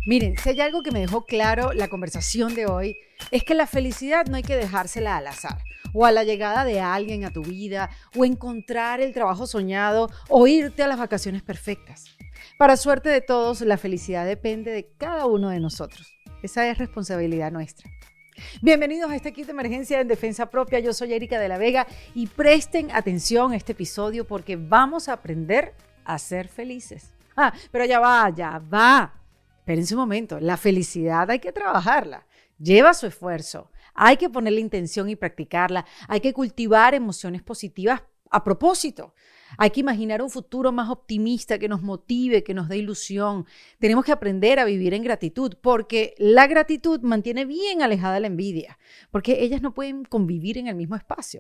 Miren, si hay algo que me dejó claro la conversación de hoy, es que la felicidad no hay que dejársela al azar, o a la llegada de alguien a tu vida, o encontrar el trabajo soñado, o irte a las vacaciones perfectas. Para suerte de todos, la felicidad depende de cada uno de nosotros. Esa es responsabilidad nuestra. Bienvenidos a este kit de emergencia en defensa propia. Yo soy Erika de la Vega y presten atención a este episodio porque vamos a aprender a ser felices. Pero ya va. Espérense un momento, la felicidad hay que trabajarla, lleva su esfuerzo, hay que ponerle intención y practicarla, hay que cultivar emociones positivas a propósito, hay que imaginar un futuro más optimista que nos motive, que nos dé ilusión. Tenemos que aprender a vivir en gratitud porque la gratitud mantiene bien alejada la envidia, porque ellas no pueden convivir en el mismo espacio.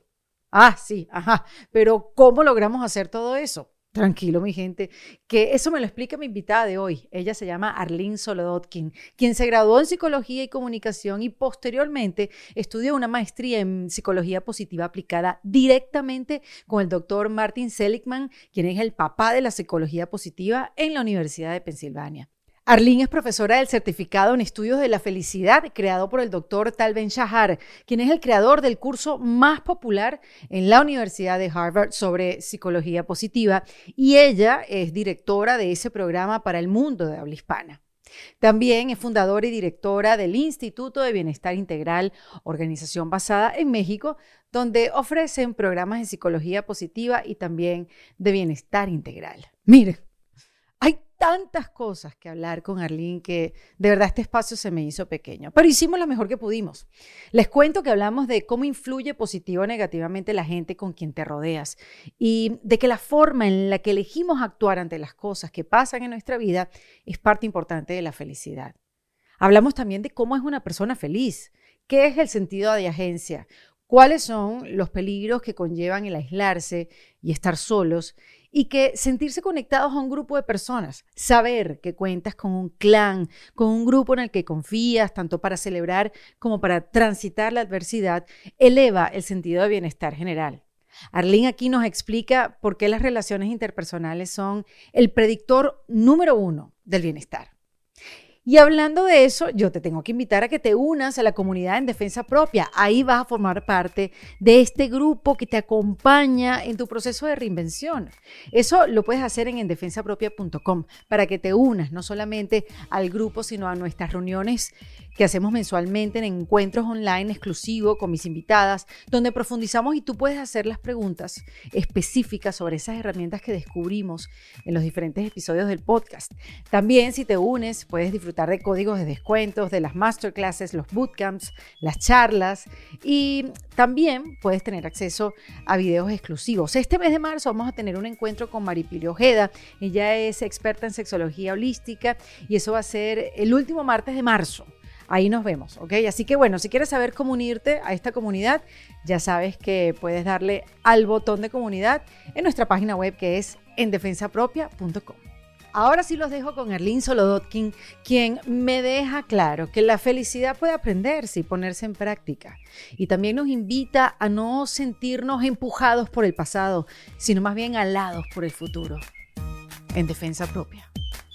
Sí, pero ¿cómo logramos hacer todo eso? Tranquilo, mi gente, que eso me lo explica mi invitada de hoy. Ella se llama Arlene Solodotkin, quien se graduó en Psicología y Comunicación y posteriormente estudió una maestría en Psicología Positiva aplicada directamente con el doctor Martin Seligman, quien es el papá de la Psicología Positiva en la Universidad de Pensilvania. Arlene es profesora del certificado en estudios de la felicidad creado por el doctor Tal Ben-Shahar, quien es el creador del curso más popular en la Universidad de Harvard sobre psicología positiva, y ella es directora de ese programa para el mundo de habla hispana. También es fundadora y directora del Instituto de Bienestar Integral, organización basada en México, donde ofrecen programas de psicología positiva y también de bienestar integral. Miren, hay tantas cosas que hablar con Arlene que de verdad este espacio se me hizo pequeño, pero hicimos lo mejor que pudimos. Les cuento que hablamos de cómo influye positivo o negativamente la gente con quien te rodeas y de que la forma en la que elegimos actuar ante las cosas que pasan en nuestra vida es parte importante de la felicidad. Hablamos también de cómo es una persona feliz, qué es el sentido de agencia, cuáles son los peligros que conllevan el aislarse y estar solos, y que sentirse conectados a un grupo de personas, saber que cuentas con un clan, con un grupo en el que confías, tanto para celebrar como para transitar la adversidad, eleva el sentido de bienestar general. Arlene aquí nos explica por qué las relaciones interpersonales son el predictor número 1 del bienestar. Y hablando de eso, yo te tengo que invitar a que te unas a la comunidad en defensa propia. Ahí vas a formar parte de este grupo que te acompaña en tu proceso de reinvención. Eso lo puedes hacer en endefensapropia.com para que te unas no solamente al grupo, sino a nuestras reuniones que hacemos mensualmente en encuentros online exclusivos con mis invitadas, donde profundizamos y tú puedes hacer las preguntas específicas sobre esas herramientas que descubrimos en los diferentes episodios del podcast. También, si te unes, puedes disfrutar de códigos de descuentos, de las masterclasses, los bootcamps, las charlas, y también puedes tener acceso a videos exclusivos. Este mes de marzo vamos a tener un encuentro con Maripili Ojeda. Ella es experta en sexología holística y eso va a ser el último martes de marzo. Ahí nos vemos, ¿ok? Así que bueno, si quieres saber cómo unirte a esta comunidad, ya sabes que puedes darle al botón de comunidad en nuestra página web que es endefensapropia.com. Ahora sí los dejo con Arlene Solodotkin, quien me deja claro que la felicidad puede aprenderse y ponerse en práctica. Y también nos invita a no sentirnos empujados por el pasado, sino más bien alados por el futuro. En defensa propia.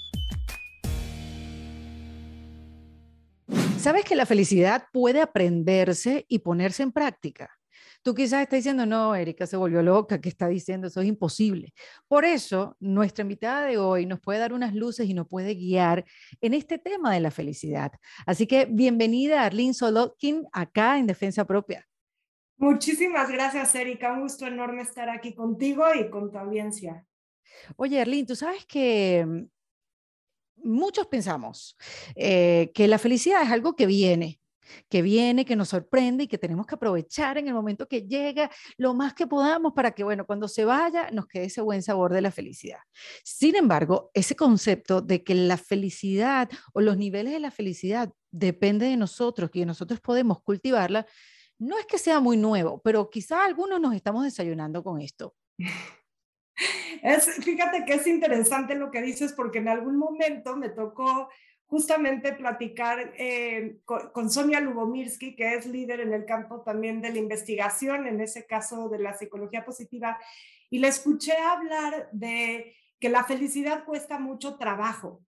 ¿Sabes que la felicidad puede aprenderse y ponerse en práctica? Tú quizás estás diciendo, no, Erika se volvió loca, ¿qué está diciendo? Eso es imposible. Por eso, nuestra invitada de hoy nos puede dar unas luces y nos puede guiar en este tema de la felicidad. Así que bienvenida, Arlene Solodotkin, acá en Defensa Propia. Muchísimas gracias, Erika. Un gusto enorme estar aquí contigo y con tu audiencia. Oye, Arlene, tú sabes que muchos pensamos que la felicidad es algo que nos sorprende y que tenemos que aprovechar en el momento que llega lo más que podamos para que, bueno, cuando se vaya nos quede ese buen sabor de la felicidad. Sin embargo, ese concepto de que la felicidad o los niveles de la felicidad depende de nosotros, que nosotros podemos cultivarla, no es que sea muy nuevo, pero quizá algunos nos estamos desayunando con esto. Fíjate que es interesante lo que dices porque en algún momento me tocó justamente platicar con Sonia Lubomirsky, que es líder en el campo también de la investigación, en ese caso de la psicología positiva, y le escuché hablar de que la felicidad cuesta mucho trabajo.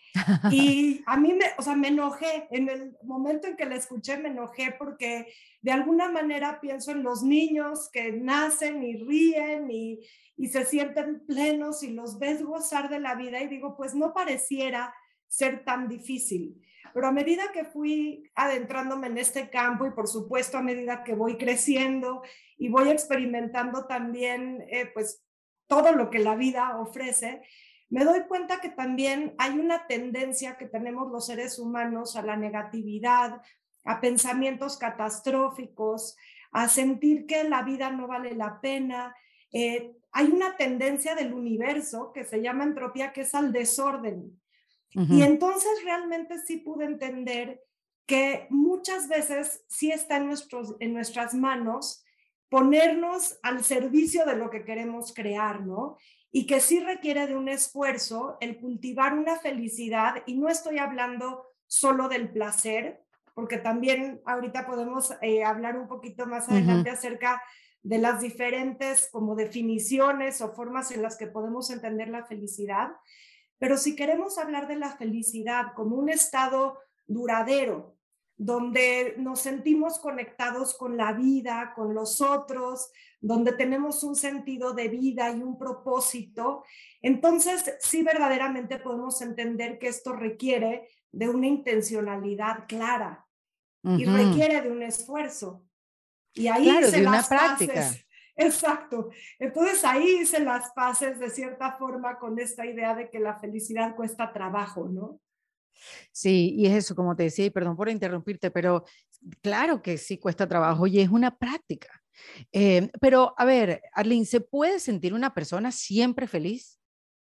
Y a mí o sea, me enojé, en el momento en que la escuché me enojé porque de alguna manera pienso en los niños que nacen y ríen y se sienten plenos y los ves gozar de la vida y digo, pues no pareciera ser tan difícil. Pero a medida que fui adentrándome en este campo y por supuesto a medida que voy creciendo y voy experimentando también pues todo lo que la vida ofrece, me doy cuenta que también hay una tendencia que tenemos los seres humanos a la negatividad, a pensamientos catastróficos, a sentir que la vida no vale la pena. Hay una tendencia del universo que se llama entropía, que es al desorden. Y Ujú. entonces realmente sí pude entender que muchas veces sí está en nuestras manos ponernos al servicio de lo que queremos crear, ¿no? Y que sí requiere de un esfuerzo el cultivar una felicidad, y no estoy hablando solo del placer, porque también ahorita podemos hablar un poquito más Ujú. adelante acerca de las diferentes como definiciones o formas en las que podemos entender la felicidad, pero si queremos hablar de la felicidad como un estado duradero, donde nos sentimos conectados con la vida, con los otros, donde tenemos un sentido de vida y un propósito, entonces sí verdaderamente podemos entender que esto requiere de una intencionalidad clara y Ujú. requiere de un esfuerzo. Y ahí Claro, hice de una las práctica. paces. Exacto. Entonces ahí hice las paces de cierta forma con esta idea de que la felicidad cuesta trabajo, ¿no? Sí, y es eso, como te decía, y perdón por interrumpirte, pero claro que sí cuesta trabajo y es una práctica. Pero, a ver, Arlene, ¿se puede sentir una persona siempre feliz?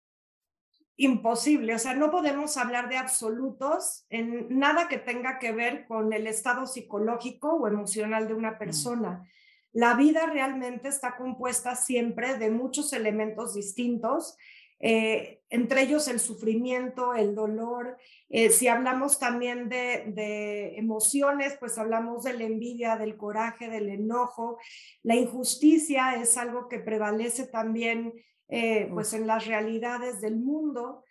Imposible, o sea, no podemos hablar de absolutos en nada que tenga que ver con el estado psicológico o emocional de una Mm. persona. La vida realmente está compuesta siempre de muchos elementos distintos, entre ellos el sufrimiento, el dolor. Si hablamos también de emociones, pues hablamos de la envidia, del coraje, del enojo. La injusticia es algo que prevalece también pues Uf. en las realidades del mundo.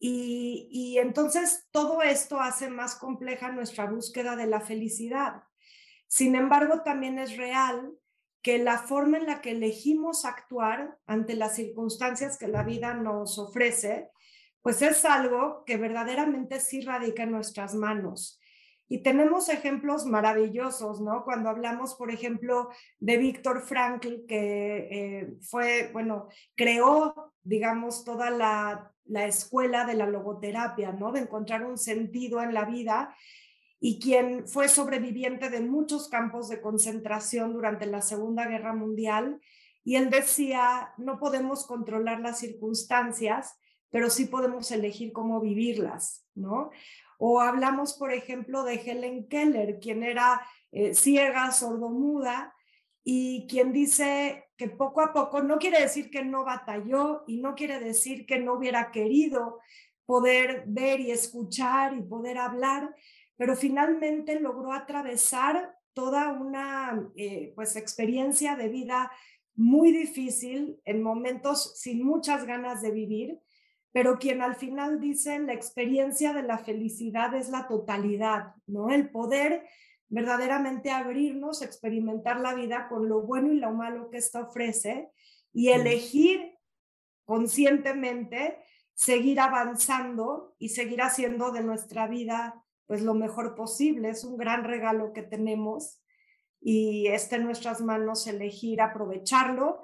Y entonces todo esto hace más compleja nuestra búsqueda de la felicidad. Sin embargo, también es real que la forma en la que elegimos actuar ante las circunstancias que la vida nos ofrece, pues es algo que verdaderamente sí radica en nuestras manos. Y tenemos ejemplos maravillosos, ¿no? Cuando hablamos, por ejemplo, de Víctor Frankl, que fue, bueno, creó, digamos, toda la escuela de la logoterapia, ¿no? De encontrar un sentido en la vida, y quien fue sobreviviente de muchos campos de concentración durante la Segunda Guerra Mundial. Y él decía, no podemos controlar las circunstancias, pero sí podemos elegir cómo vivirlas, ¿no? O hablamos, por ejemplo, de Helen Keller, quien era ciega, sordomuda, y quien dice que poco a poco, no quiere decir que no batalló y no quiere decir que no hubiera querido poder ver y escuchar y poder hablar, pero finalmente logró atravesar toda una pues experiencia de vida muy difícil, en momentos sin muchas ganas de vivir, pero quien al final dice la experiencia de la felicidad es la totalidad, ¿no? El poder verdaderamente abrirnos, experimentar la vida con lo bueno y lo malo que ésta ofrece y Mm. elegir conscientemente seguir avanzando y seguir haciendo de nuestra vida pues lo mejor posible. Es un gran regalo que tenemos y está en nuestras manos elegir aprovecharlo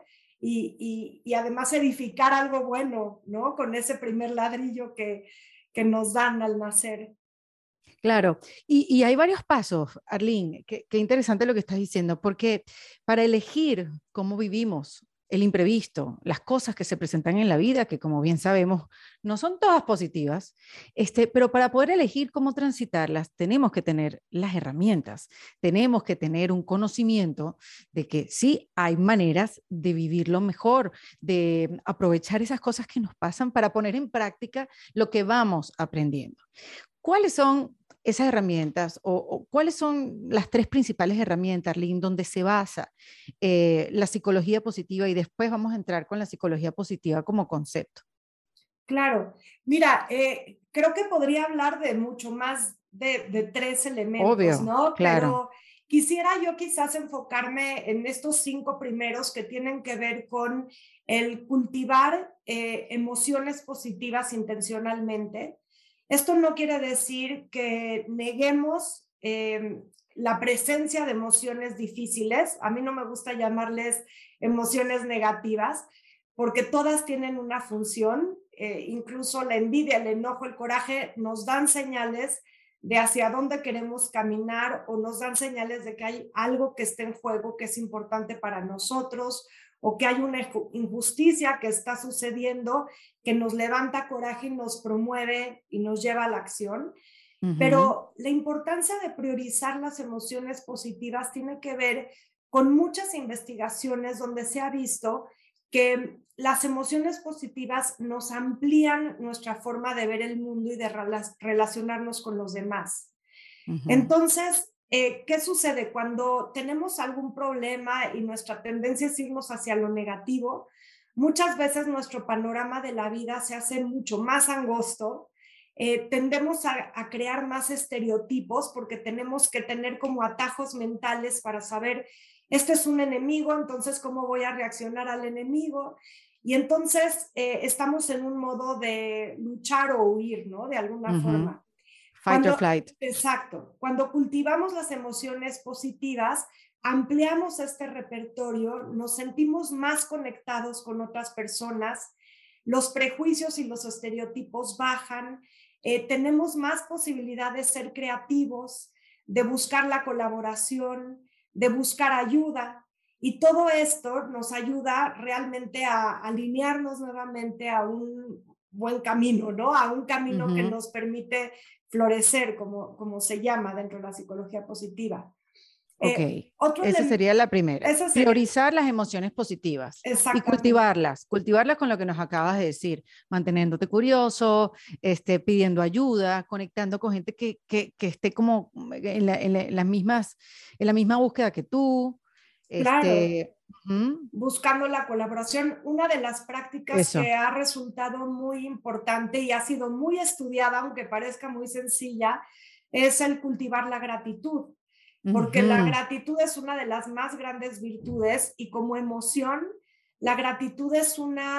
y además edificar algo bueno, ¿no? Con ese primer ladrillo que nos dan al nacer. Claro, y hay varios pasos, Arlene, qué interesante lo que estás diciendo, porque para elegir cómo vivimos el imprevisto, las cosas que se presentan en la vida, que como bien sabemos, no son todas positivas, pero para poder elegir cómo transitarlas, tenemos que tener las herramientas, tenemos que tener un conocimiento de que sí hay maneras de vivirlo mejor, de aprovechar esas cosas que nos pasan para poner en práctica lo que vamos aprendiendo. ¿Cuáles son esas herramientas o cuáles son las tres principales herramientas, Arlene, donde se basa la psicología positiva? Y después vamos a entrar con la psicología positiva como concepto. Claro, mira, creo que podría hablar de mucho más de tres elementos, Obvio, ¿no? claro. Pero quisiera yo quizás enfocarme en estos cinco primeros que tienen que ver con el cultivar emociones positivas intencionalmente. Esto no quiere decir que neguemos la presencia de emociones difíciles. A mí no me gusta llamarles emociones negativas, porque todas tienen una función, incluso la envidia, el enojo, el coraje nos dan señales de hacia dónde queremos caminar o nos dan señales de que hay algo que está en juego que es importante para nosotros o que hay una injusticia que está sucediendo que nos levanta coraje y nos promueve y nos lleva a la acción. Ujú, Pero la importancia de priorizar las emociones positivas tiene que ver con muchas investigaciones donde se ha visto que las emociones positivas nos amplían nuestra forma de ver el mundo y de relacionarnos con los demás. ujú. Entonces, ¿qué sucede? Cuando tenemos algún problema y nuestra tendencia es irnos hacia lo negativo, muchas veces nuestro panorama de la vida se hace mucho más angosto. Tendemos a crear más estereotipos porque tenemos que tener como atajos mentales para saber, este es un enemigo, entonces, ¿cómo voy a reaccionar al enemigo? Y entonces estamos en un modo de luchar o huir, ¿no? De alguna Ujú. forma. Fight or flight. Exacto, cuando cultivamos las emociones positivas, ampliamos este repertorio, nos sentimos más conectados con otras personas, los prejuicios y los estereotipos bajan, tenemos más posibilidad de ser creativos, de buscar la colaboración, de buscar ayuda. Y todo esto nos ayuda realmente a alinearnos nuevamente a un buen camino, ¿no? A un camino que Ujú. nos permite florecer, como se llama dentro de la psicología positiva. Ok, Otro esa elemento, sería la primera. ese sería Priorizar las emociones positivas y exactamente, cultivarlas con lo que nos acabas de decir, manteniéndote curioso, pidiendo ayuda, conectando con gente que esté como en la misma búsqueda que tú. claro, Ujú, buscando la colaboración. Una de las prácticas eso. que ha resultado muy importante y ha sido muy estudiada, aunque parezca muy sencilla, es el cultivar la gratitud, porque la Ujú. gratitud es una de las más grandes virtudes y como emoción, la gratitud es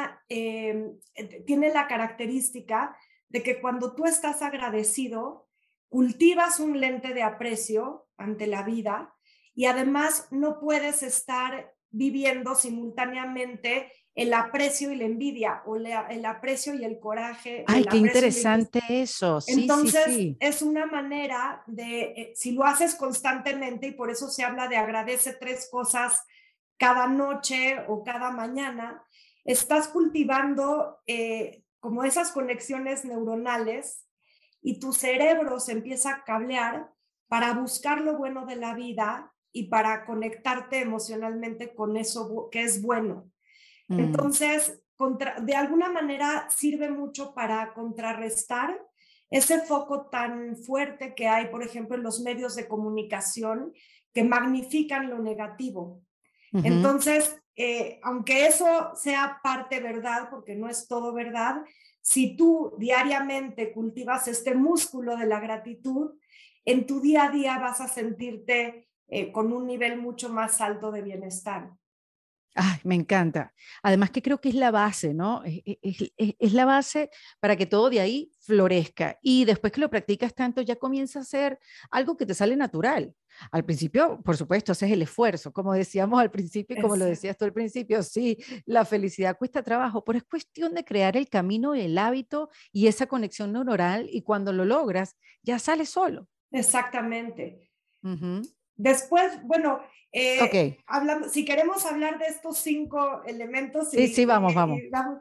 tiene la característica de que cuando tú estás agradecido, cultivas un lente de aprecio ante la vida y además no puedes estar viviendo simultáneamente el aprecio y la envidia o el aprecio y el coraje o Ay, el qué aprecio y la injusticia. interesante eso. Sí, sí, Entonces, sí. es una manera si lo haces constantemente, y por eso se habla de agradece tres cosas cada noche o cada mañana, estás cultivando como esas conexiones neuronales y tu cerebro se empieza a cablear para buscar lo bueno de la vida y para conectarte emocionalmente con eso que es bueno. Mm. Entonces, de alguna manera sirve mucho para contrarrestar ese foco tan fuerte que hay, por ejemplo, en los medios de comunicación que magnifican lo negativo. Ujú. Entonces, aunque eso sea parte verdad, porque no es todo verdad, si tú diariamente cultivas este músculo de la gratitud, en tu día a día vas a sentirte con un nivel mucho más alto de bienestar. Ay, me encanta. Además que creo que es la base, ¿no? Es la base para que todo de ahí florezca. Y después que lo practicas tanto, ya comienza a ser algo que te sale natural. Al principio, por supuesto, haces el esfuerzo, como decíamos al principio y como lo Exacto. decías tú al principio, sí, la felicidad cuesta trabajo, pero es cuestión de crear el camino, el hábito y esa conexión neuronal y cuando lo logras, ya sale solo. Exactamente. Ujú. Después, bueno, Ok, si queremos hablar de estos cinco elementos sí, sí, vamos, vamos. vamos,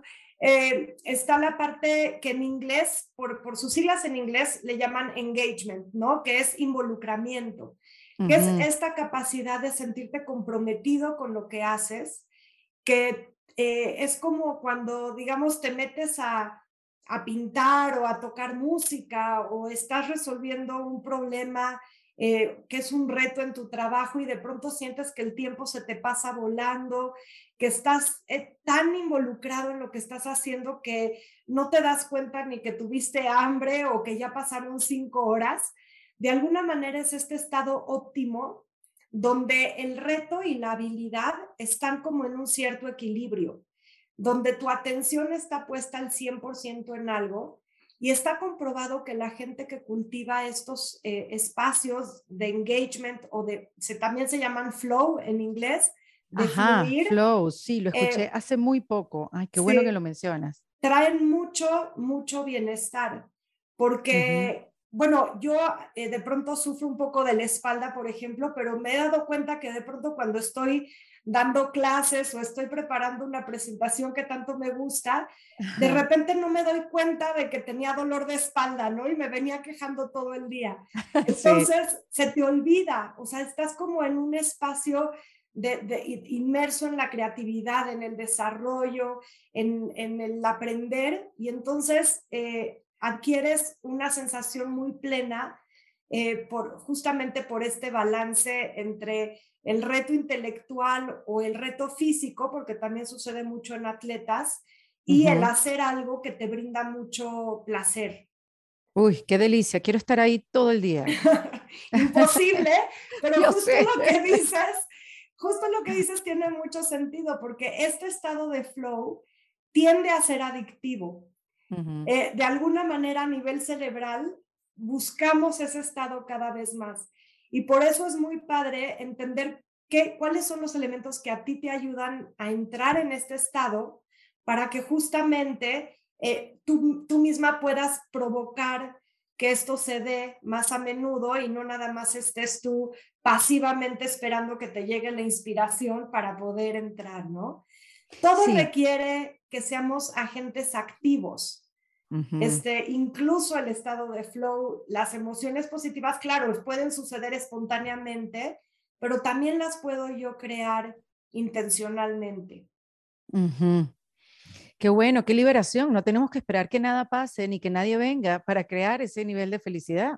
está la parte que en inglés, por sus siglas en inglés, le llaman engagement, ¿no? Que es involucramiento, que es Ujú. esta capacidad de sentirte comprometido con lo que haces, que es como cuando, digamos, te metes a pintar o a tocar música o estás resolviendo un problema que es un reto en tu trabajo y de pronto sientes que el tiempo se te pasa volando, que estás tan involucrado en lo que estás haciendo que no te das cuenta ni que tuviste hambre o que ya pasaron 5 horas. De alguna manera es este estado óptimo donde el reto y la habilidad están como en un cierto equilibrio, donde tu atención está puesta al 100% en algo. Y está comprobado que la gente que cultiva estos espacios de engagement también se llaman flow en inglés, de Ajá, fluir, flow, sí, lo escuché eh, hace muy poco. Ay, qué bueno que lo sí, mencionas. traen mucho, mucho bienestar. Ujú. Porque, bueno, yo de pronto sufro un poco de la espalda, por ejemplo, pero me he dado cuenta que de pronto cuando estoy dando clases o estoy preparando una presentación que tanto me gusta, de Ajá. repente no me doy cuenta de que tenía dolor de espalda, ¿no? Y me venía quejando todo el día. Sí, Entonces, se te olvida, o sea, estás como en un espacio inmerso en la creatividad, en el desarrollo, en el aprender, y entonces adquieres una sensación muy plena justamente por este balance entre el reto intelectual o el reto físico, porque también sucede mucho en atletas, y el ujú. hacer algo que te brinda mucho placer. Uy, qué delicia. Quiero estar ahí todo el día. Imposible, pero Yo sé. justo lo que dices tiene mucho sentido, porque este estado de flow tiende a ser adictivo. Ujú. De alguna manera a nivel cerebral buscamos ese estado cada vez más. Y por eso es muy padre entender cuáles son los elementos que a ti te ayudan a entrar en este estado para que justamente tú misma puedas provocar que esto se dé más a menudo y no nada más estés tú pasivamente esperando que te llegue la inspiración para poder entrar, ¿no? Todo Sí. requiere que seamos agentes activos. Ujú. Incluso el estado de flow, las emociones positivas, claro, pueden suceder espontáneamente, pero también las puedo yo crear intencionalmente. Ujú. Qué bueno, qué liberación. No tenemos que esperar que nada pase ni que nadie venga para crear ese nivel de felicidad.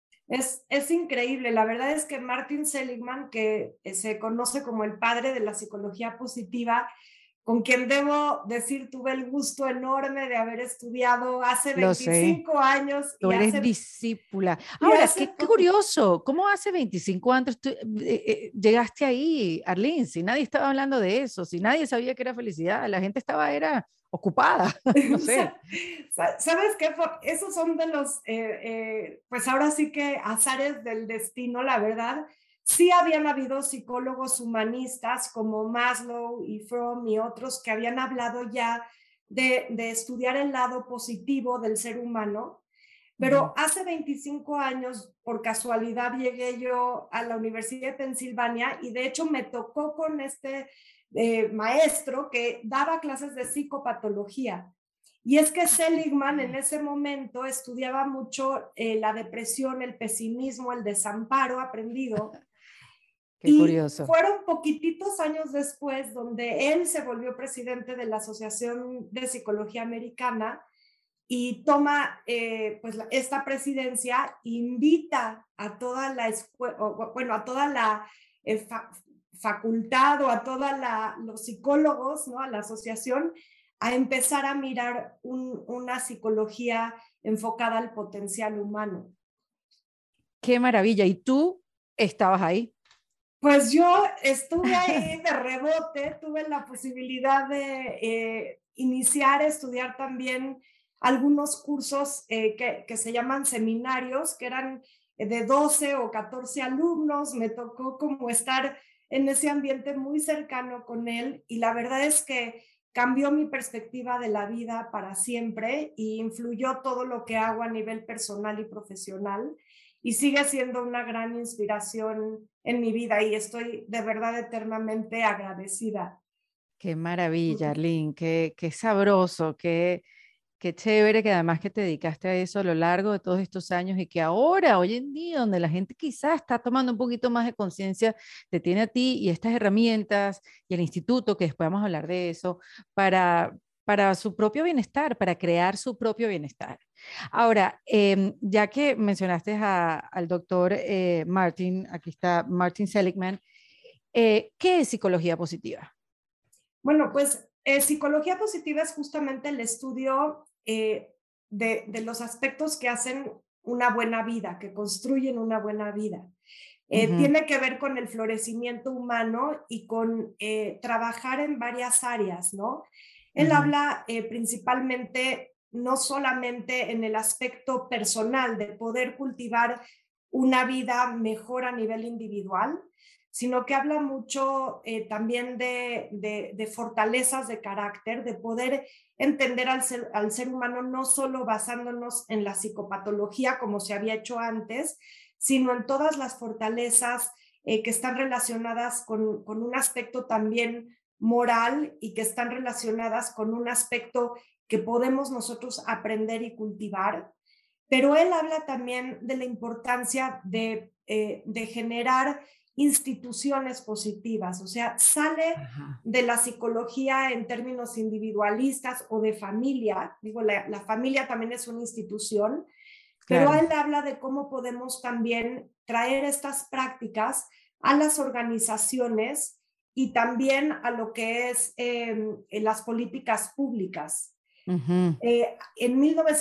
Es increíble. La verdad es que Martin Seligman, que se conoce como el padre de la psicología positiva, con quien debo decir tuve el gusto enorme de haber estudiado hace Lo sé. 25 años Tú eres discípula. y Ahora, hace qué poco. curioso. ¿Cómo hace 25 años llegaste ahí, Arlene? Si nadie estaba hablando de eso, si nadie sabía que era felicidad, la gente estaba era ocupada, no sé. ¿Sabes qué? Esos son de los, pues ahora sí que azares del destino, la verdad. Sí habían habido psicólogos humanistas como Maslow y Fromm y otros que habían hablado ya de estudiar el lado positivo del ser humano, Ujú. pero hace 25 años, por casualidad, llegué yo a la Universidad de Pensilvania y de hecho me tocó con este maestro que daba clases de psicopatología. Y es que Seligman en Ok. ese momento estudiaba mucho la depresión, el pesimismo, el desamparo aprendido. Qué Y curioso. fueron poquititos años después donde él se volvió presidente de la Asociación de Psicología Americana y toma pues esta presidencia, invita a toda la escuela, bueno, a toda la facultad o a todos los psicólogos, ¿no? A la asociación, a empezar a mirar una psicología enfocada al potencial humano. Qué maravilla. ¿Y tú estabas ahí? Pues yo estuve ahí de rebote, tuve la posibilidad de iniciar a estudiar también algunos cursos que se llaman seminarios, que eran de 12 o 14 alumnos. Me tocó como estar en ese ambiente muy cercano con él y la verdad es que cambió mi perspectiva de la vida para siempre y influyó todo lo que hago a nivel personal y profesional y sigue siendo una gran inspiración en mi vida y estoy de verdad eternamente agradecida. Qué maravilla, Arlene. Qué sabroso, qué chévere que además que te dedicaste a eso a lo largo de todos estos años y que ahora, hoy en día, donde la gente quizás está tomando un poquito más de conciencia, te tiene a ti y estas herramientas y el instituto, que después vamos a hablar de eso, para para su propio bienestar, para crear su propio bienestar. Ahora, ya que mencionaste al doctor Martin, aquí está Martin Seligman, ¿qué es psicología positiva? Bueno, pues psicología positiva es justamente el estudio de los aspectos que hacen una buena vida, que construyen una buena vida. Ujú, Tiene que ver con el florecimiento humano y con trabajar en varias áreas, ¿no? Él ujú, habla principalmente, no solamente en el aspecto personal de poder cultivar una vida mejor a nivel individual, sino que habla mucho también de fortalezas de carácter, de poder entender al ser humano no solo basándonos en la psicopatología como se había hecho antes, sino en todas las fortalezas que están relacionadas con un aspecto también moral y que están relacionadas con un aspecto que podemos nosotros aprender y cultivar. Pero él habla también de la importancia de generar instituciones positivas, o sea, sale ajá, de la psicología en términos individualistas o de familia, digo, la familia también es una institución, pero claro. él habla de cómo podemos también traer estas prácticas a las organizaciones y también a lo que es las políticas públicas. Ujú, En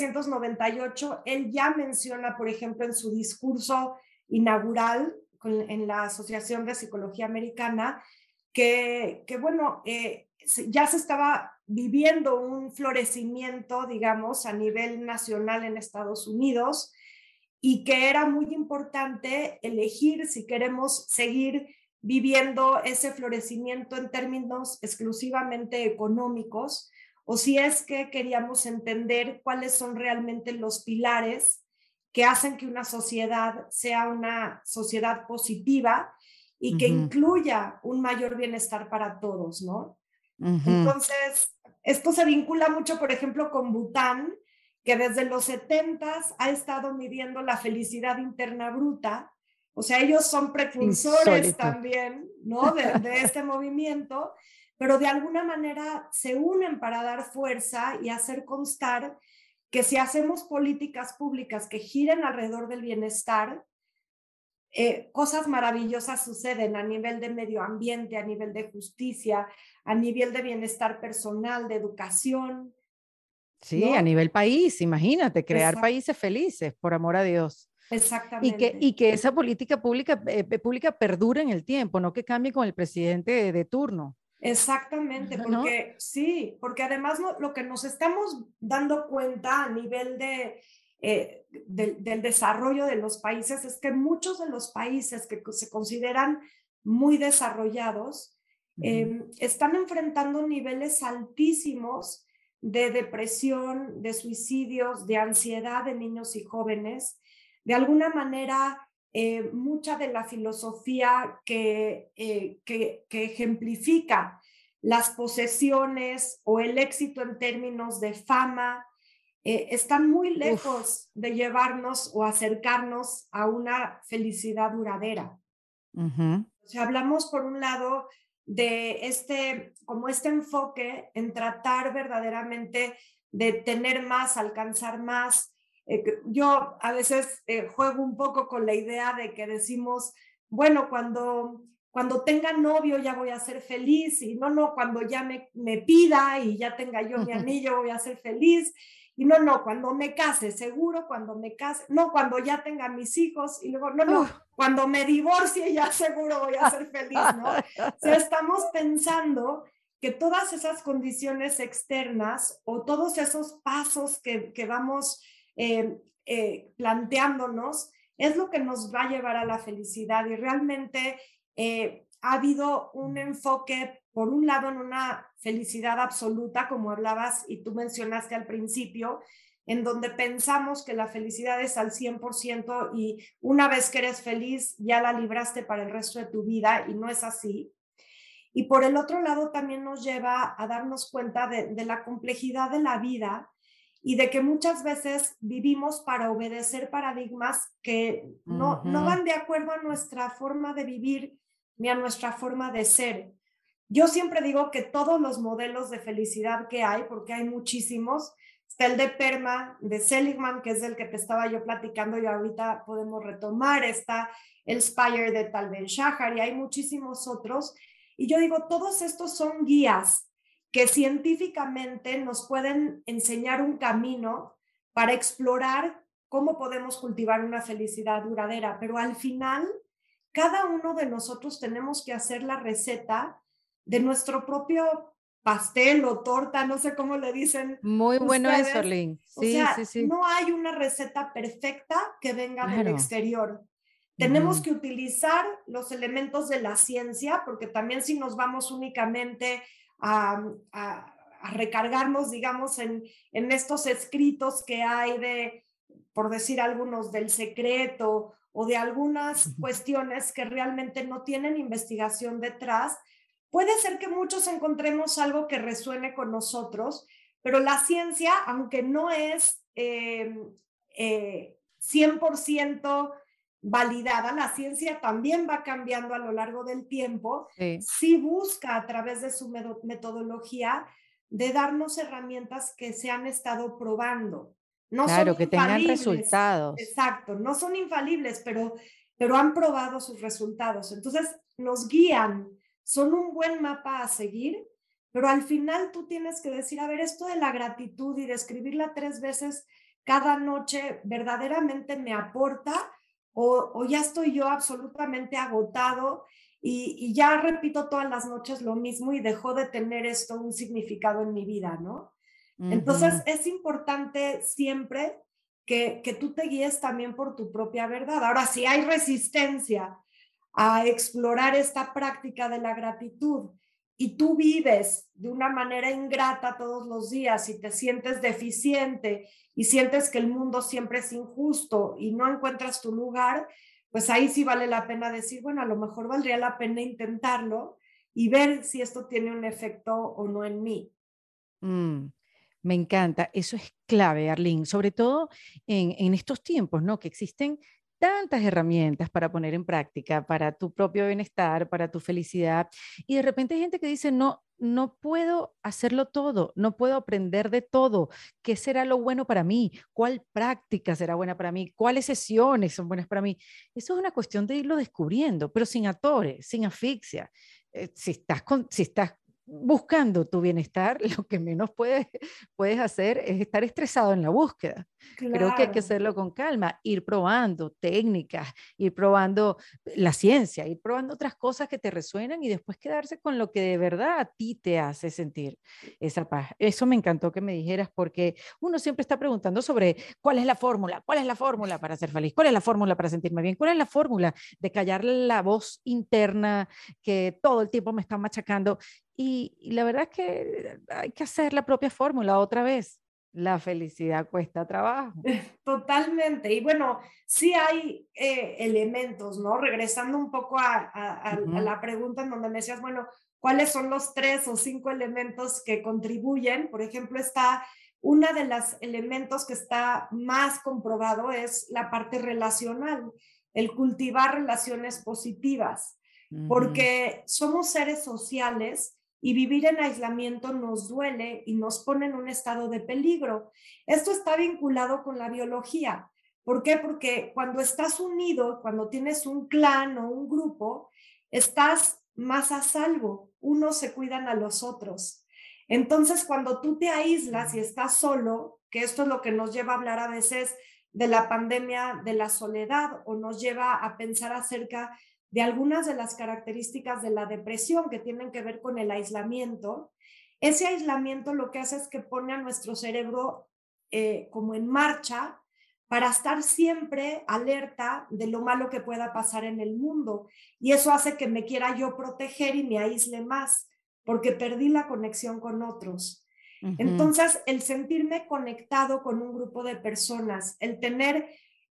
1998, él ya menciona, por ejemplo, en su discurso inaugural en la Asociación de Psicología Americana, que bueno, ya se estaba viviendo un florecimiento, digamos, a nivel nacional en Estados Unidos y que era muy importante elegir si queremos seguir viviendo ese florecimiento en términos exclusivamente económicos o si es que queríamos entender cuáles son realmente los pilares que hacen que una sociedad sea una sociedad positiva y que ujú, incluya un mayor bienestar para todos, ¿no? ujú. Entonces, esto se vincula mucho, por ejemplo, con Bután, que desde los 70 ha estado midiendo la felicidad interna bruta. O sea, ellos son precursores Insólito. también, ¿no? De este movimiento, pero de alguna manera se unen para dar fuerza y hacer constar que si hacemos políticas públicas que giren alrededor del bienestar, cosas maravillosas suceden a nivel de medio ambiente, a nivel de justicia, a nivel de bienestar personal, de educación, Sí, a ¿no? nivel país, imagínate, crear Exact países felices, por amor a Dios. exactamente, Y que esa política pública, pública perdure en el tiempo, no que cambie con el presidente de turno, exactamente, ¿no? porque sí, porque además lo que nos estamos dando cuenta a nivel del desarrollo de los países es que muchos de los países que se consideran muy desarrollados Ujú. están enfrentando niveles altísimos de depresión, de suicidios, de ansiedad de niños y jóvenes. De alguna manera, mucha de la filosofía que ejemplifica las posesiones o el éxito en términos de fama, están muy Uf, lejos de llevarnos o acercarnos a una felicidad duradera. ujú, O sea, hablamos por un lado de como este enfoque en tratar verdaderamente de tener más, alcanzar más. Yo a veces juego un poco con la idea de que decimos, bueno, cuando tenga novio ya voy a ser feliz y no, cuando ya me pida y ya tenga yo mi anillo voy a ser feliz y no, cuando me case, seguro, cuando me case, no, cuando ya tenga mis hijos y luego, no, uf. cuando me divorcie ya seguro voy a ser feliz, ¿no? O sea, estamos pensando que todas esas condiciones externas o todos esos pasos que vamos planteándonos es lo que nos va a llevar a la felicidad y realmente ha habido un enfoque, por un lado, en una felicidad absoluta, como hablabas y tú mencionaste al principio, en donde pensamos que la felicidad es al 100% y una vez que eres feliz ya la libraste para el resto de tu vida y no es así. Y por el otro lado también nos lleva a darnos cuenta de la complejidad de la vida y de que muchas veces vivimos para obedecer paradigmas que no Ujú, van de acuerdo a nuestra forma de vivir ni a nuestra forma de ser. Yo siempre digo que todos los modelos de felicidad que hay, porque hay muchísimos, está el de PERMA, de Seligman, que es el que te estaba yo platicando y ahorita podemos retomar, está el Spire de Tal Ben Shahar y hay muchísimos otros. Y yo digo, todos estos son guías que científicamente nos pueden enseñar un camino para explorar cómo podemos cultivar una felicidad duradera, pero al final, cada uno de nosotros tenemos que hacer la receta de nuestro propio pastel o torta, no sé cómo le dicen Muy bueno eso, ustedes. Arlene. O Sí, sí, sea, sí. no hay una receta perfecta que venga del Claro. exterior. Tenemos Ujú. que utilizar los elementos de la ciencia, porque también si nos vamos únicamente a recargarnos, digamos, en estos escritos que hay de, por decir algunos, del secreto o de algunas Ujú. cuestiones que realmente no tienen investigación detrás, puede ser que muchos encontremos algo que resuene con nosotros, pero la ciencia, aunque no es 100% validada, la ciencia también va cambiando a lo largo del tiempo, Sí, sí busca a través de su metodología de darnos herramientas que se han estado probando. No son claro, que tengan infalibles, resultados. exacto, no son infalibles, pero han probado sus resultados. Entonces, nos guían, son un buen mapa a seguir, pero al final tú tienes que decir, a ver, esto de la gratitud y de escribirla 3 veces cada noche, ¿verdaderamente me aporta? O ya estoy yo absolutamente agotado y ya repito todas las noches lo mismo y dejó de tener esto un significado en mi vida, ¿no? Entonces Ujú. es importante siempre que tú te guíes también por tu propia verdad. Ahora, si hay resistencia a explorar esta práctica de la gratitud y tú vives de una manera ingrata todos los días y te sientes deficiente y sientes que el mundo siempre es injusto y no encuentras tu lugar, pues ahí sí vale la pena decir, bueno, a lo mejor valdría la pena intentarlo y ver si esto tiene un efecto o no en mí. Mm, me encanta. Eso es clave, Arlene, sobre todo en estos tiempos, ¿no? Que existen tantas herramientas para poner en práctica para tu propio bienestar, para tu felicidad. Y de repente hay gente que dice, no, no puedo hacerlo todo, no puedo aprender de todo. ¿Qué será lo bueno para mí? ¿Cuál práctica será buena para mí? ¿Cuáles sesiones son buenas para mí? Eso es una cuestión de irlo descubriendo, pero sin atores, sin asfixia. Si estás buscando tu bienestar, lo que menos puedes hacer es estar estresado en la búsqueda. Creo que hay que Claro. hacerlo con calma, ir probando técnicas, ir probando la ciencia, ir probando otras cosas que te resuenan y después quedarse con lo que de verdad a ti te hace sentir esa paz. Eso me encantó que me dijeras porque uno siempre está preguntando sobre cuál es la fórmula para ser feliz, cuál es la fórmula para sentirme bien, cuál es la fórmula de callar la voz interna que todo el tiempo me está machacando. Y la verdad es que hay que hacer la propia fórmula otra vez. La felicidad cuesta trabajo. Totalmente. Y bueno, sí hay elementos, ¿no? Regresando un poco a Ujú. la pregunta en donde me decías, bueno, ¿cuáles son los 3 o 5 elementos que contribuyen? Por ejemplo, está una de los elementos que está más comprobado es la parte relacional, el cultivar relaciones positivas, Ujú. porque somos seres sociales y vivir en aislamiento nos duele y nos pone en un estado de peligro. Esto está vinculado con la biología. ¿Por qué? Porque cuando estás unido, cuando tienes un clan o un grupo, estás más a salvo. Unos se cuidan a los otros. Entonces, cuando tú te aíslas y estás solo, que esto es lo que nos lleva a hablar a veces de la pandemia de la soledad o nos lleva a pensar acerca de algunas de las características de la depresión que tienen que ver con el aislamiento. Ese aislamiento lo que hace es que pone a nuestro cerebro como en marcha para estar siempre alerta de lo malo que pueda pasar en el mundo. Y eso hace que me quiera yo proteger y me aísle más, porque perdí la conexión con otros. Ujú. Entonces, el sentirme conectado con un grupo de personas, el tener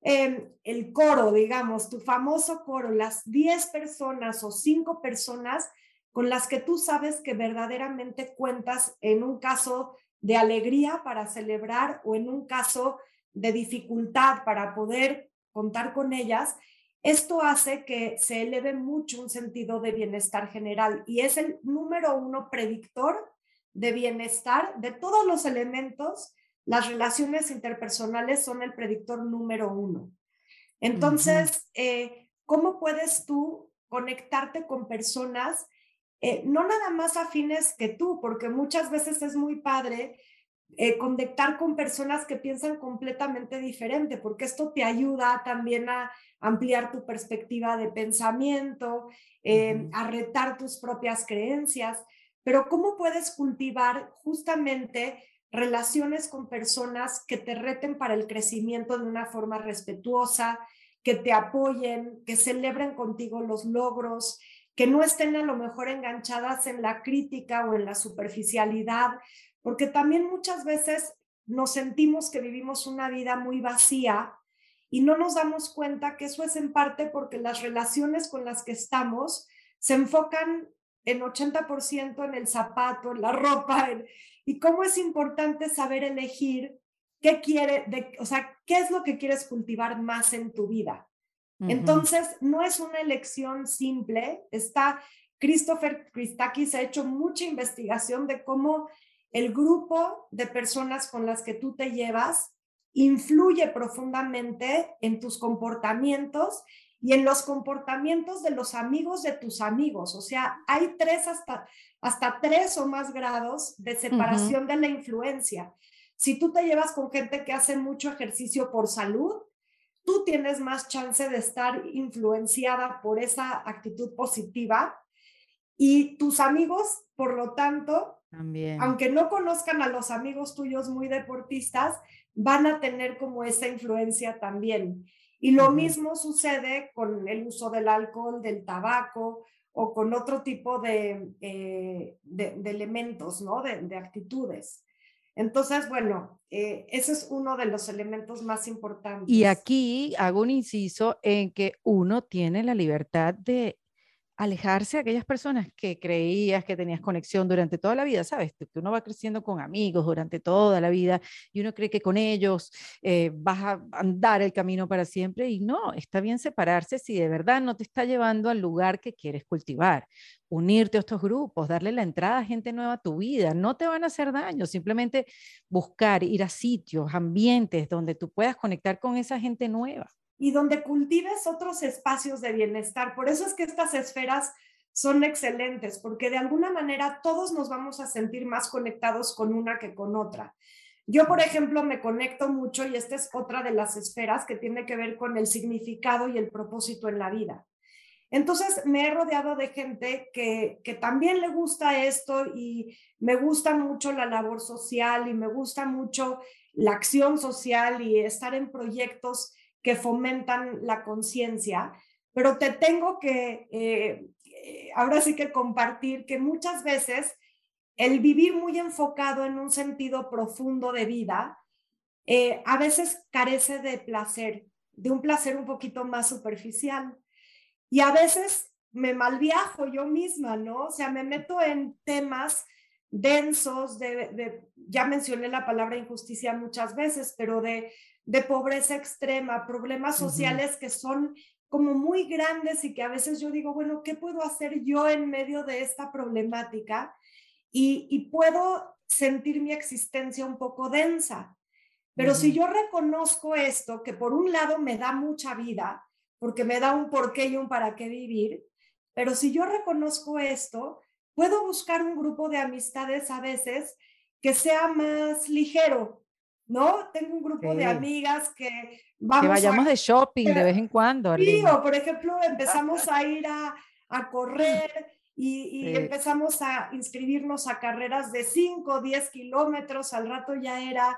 el coro, digamos, tu famoso coro, las 10 personas o 5 personas con las que tú sabes que verdaderamente cuentas en un caso de alegría para celebrar o en un caso de dificultad para poder contar con ellas, Esto hace que se eleve mucho un sentido de bienestar general y es el número uno predictor de bienestar de todos los elementos. Las relaciones interpersonales son el predictor número uno. Entonces, ¿cómo puedes tú conectarte con personas, no nada más afines que tú? Porque muchas veces es muy padre conectar con personas que piensan completamente diferente, porque esto te ayuda también a ampliar tu perspectiva de pensamiento, a retar tus propias creencias, pero ¿cómo puedes cultivar justamente relaciones con personas que te reten para el crecimiento de una forma respetuosa, que te apoyen, que celebren contigo los logros, que no estén a lo mejor enganchadas en la crítica o en la superficialidad, porque también muchas veces nos sentimos que vivimos una vida muy vacía y no nos damos cuenta que eso es en parte porque las relaciones con las que estamos se enfocan en 80% en el zapato, en la ropa, y cómo es importante saber elegir qué o sea, qué es lo que quieres cultivar más en tu vida. Entonces, no es una elección simple. Christopher Christakis ha hecho mucha investigación de cómo el grupo de personas con las que tú te llevas influye profundamente en tus comportamientos y en los comportamientos de los amigos de tus amigos. O sea, hay hasta 3 o más grados de separación de la influencia. Si tú te llevas con gente que hace mucho ejercicio por salud, tú tienes más chance de estar influenciada por esa actitud positiva y tus amigos, por lo tanto, También. aunque no conozcan a los amigos tuyos muy deportistas, van a tener como esa influencia también. Y lo mismo sucede con el uso del alcohol, del tabaco o con otro tipo de elementos, ¿no? De actitudes. Entonces, bueno, ese es uno de los elementos más Y importantes. aquí hago un inciso en que uno tiene la libertad de alejarse de aquellas personas que creías que tenías conexión durante toda la vida, ¿sabes? Que uno va creciendo con amigos durante toda la vida y uno cree que con ellos vas a andar el camino para siempre y no, está bien separarse si de verdad no te está llevando al lugar que quieres cultivar. Unirte a estos grupos, darle la entrada a gente nueva a tu vida, no te van a hacer daño, simplemente buscar, ir a sitios, ambientes donde tú puedas conectar con esa gente nueva. Y donde cultives otros espacios de bienestar. Por eso es que estas esferas son excelentes, porque de alguna manera todos nos vamos a sentir más conectados con una que con otra. Yo, por ejemplo, me conecto mucho y esta es otra de las esferas que tiene que ver con el significado y el propósito en la vida. Entonces me he rodeado de gente que también le gusta esto y me gusta mucho la labor social y me gusta mucho la acción social y estar en proyectos que fomentan la conciencia, pero te tengo que ahora sí que compartir que muchas veces el vivir muy enfocado en un sentido profundo de vida, a veces carece de placer, de un placer un poquito más superficial. Y a veces me malviajo yo misma, ¿no? O sea, me meto en temas densos, ya mencioné la palabra injusticia muchas veces, pero de pobreza extrema, problemas sociales que son como muy grandes y que a veces yo digo, bueno, ¿qué puedo hacer yo en medio de esta problemática? Y puedo sentir mi existencia un poco densa. Pero si yo reconozco esto, que por un lado me da mucha vida, porque me da un porqué y un para qué vivir, pero si yo reconozco esto, puedo buscar un grupo de amistades a veces que sea más ligero, ¿no? Tengo un grupo de Sí. amigas que Que vamos vayamos de shopping de vez en cuando, sí, Arlene. o por ejemplo empezamos a ir a correr y Sí. empezamos a inscribirnos a carreras de 5 o 10 kilómetros, al rato ya era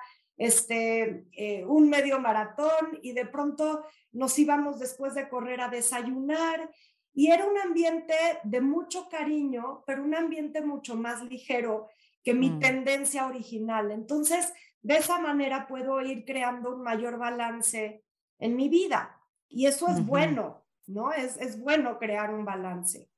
un medio maratón y de pronto nos íbamos después de correr a desayunar y era un ambiente de mucho cariño, pero un ambiente mucho más ligero que mi tendencia original. Entonces, de esa manera puedo ir creando un mayor balance en mi vida. Y eso es bueno, ¿no? Es bueno crear un balance.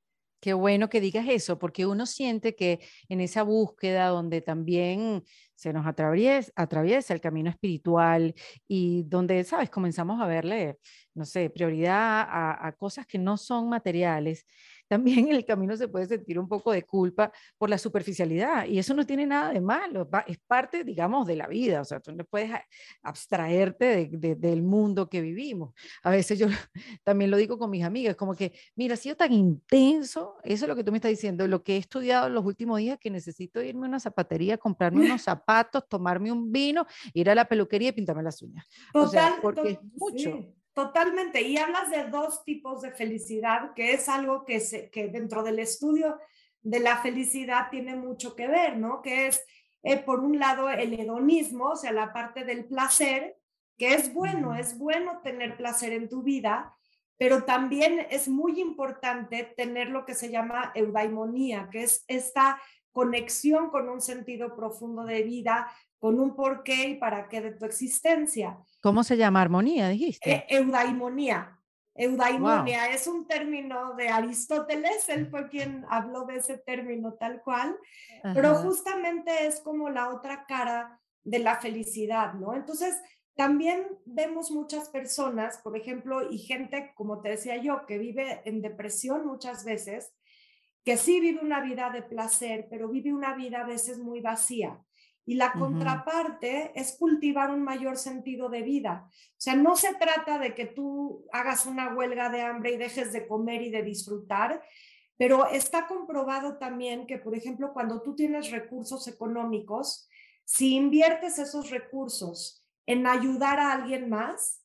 Qué bueno que digas eso, porque uno siente que en esa búsqueda donde también se nos atraviesa el camino espiritual y donde, sabes, comenzamos a verle, no sé, prioridad a cosas que no son materiales, también en el camino se puede sentir un poco de culpa por la superficialidad y eso no tiene nada de malo, es parte, digamos, de la vida, o sea, tú no puedes abstraerte del mundo que vivimos. A veces yo también lo digo con mis amigas, como que, mira, ha sido tan intenso, eso es lo que tú me estás diciendo, lo que he estudiado en los últimos días, que necesito irme a una zapatería, comprarme unos zapatos, tomarme un vino, ir a la peluquería y pintarme las uñas. O sea, porque es mucho. Sí, totalmente. Y hablas de dos tipos de felicidad, que es algo que dentro del estudio de la felicidad tiene mucho que ver, ¿no? Que es, por un lado, el hedonismo, o sea, la parte del placer, que es bueno tener placer en tu vida, pero también es muy importante tener lo que se llama eudaimonía, que es esta conexión con un sentido profundo de vida, con un porqué y para qué de tu existencia. ¿Cómo se llama? Armonía, dijiste. Eudaimonía. Wow. Eudaimonia es un término de Aristóteles, él fue quien habló de ese término tal cual, pero Ajá. justamente es como la otra cara de la felicidad, ¿no? Entonces, también vemos muchas personas, por ejemplo, y gente, como te decía yo, que vive en depresión muchas veces, que sí vive una vida de placer, pero vive una vida a veces muy vacía. Y la Ujú. contraparte es cultivar un mayor sentido de vida. O sea, no se trata de que tú hagas una huelga de hambre y dejes de comer y de disfrutar, pero está comprobado también que, por ejemplo, cuando tú tienes recursos económicos, si inviertes esos recursos en ayudar a alguien más,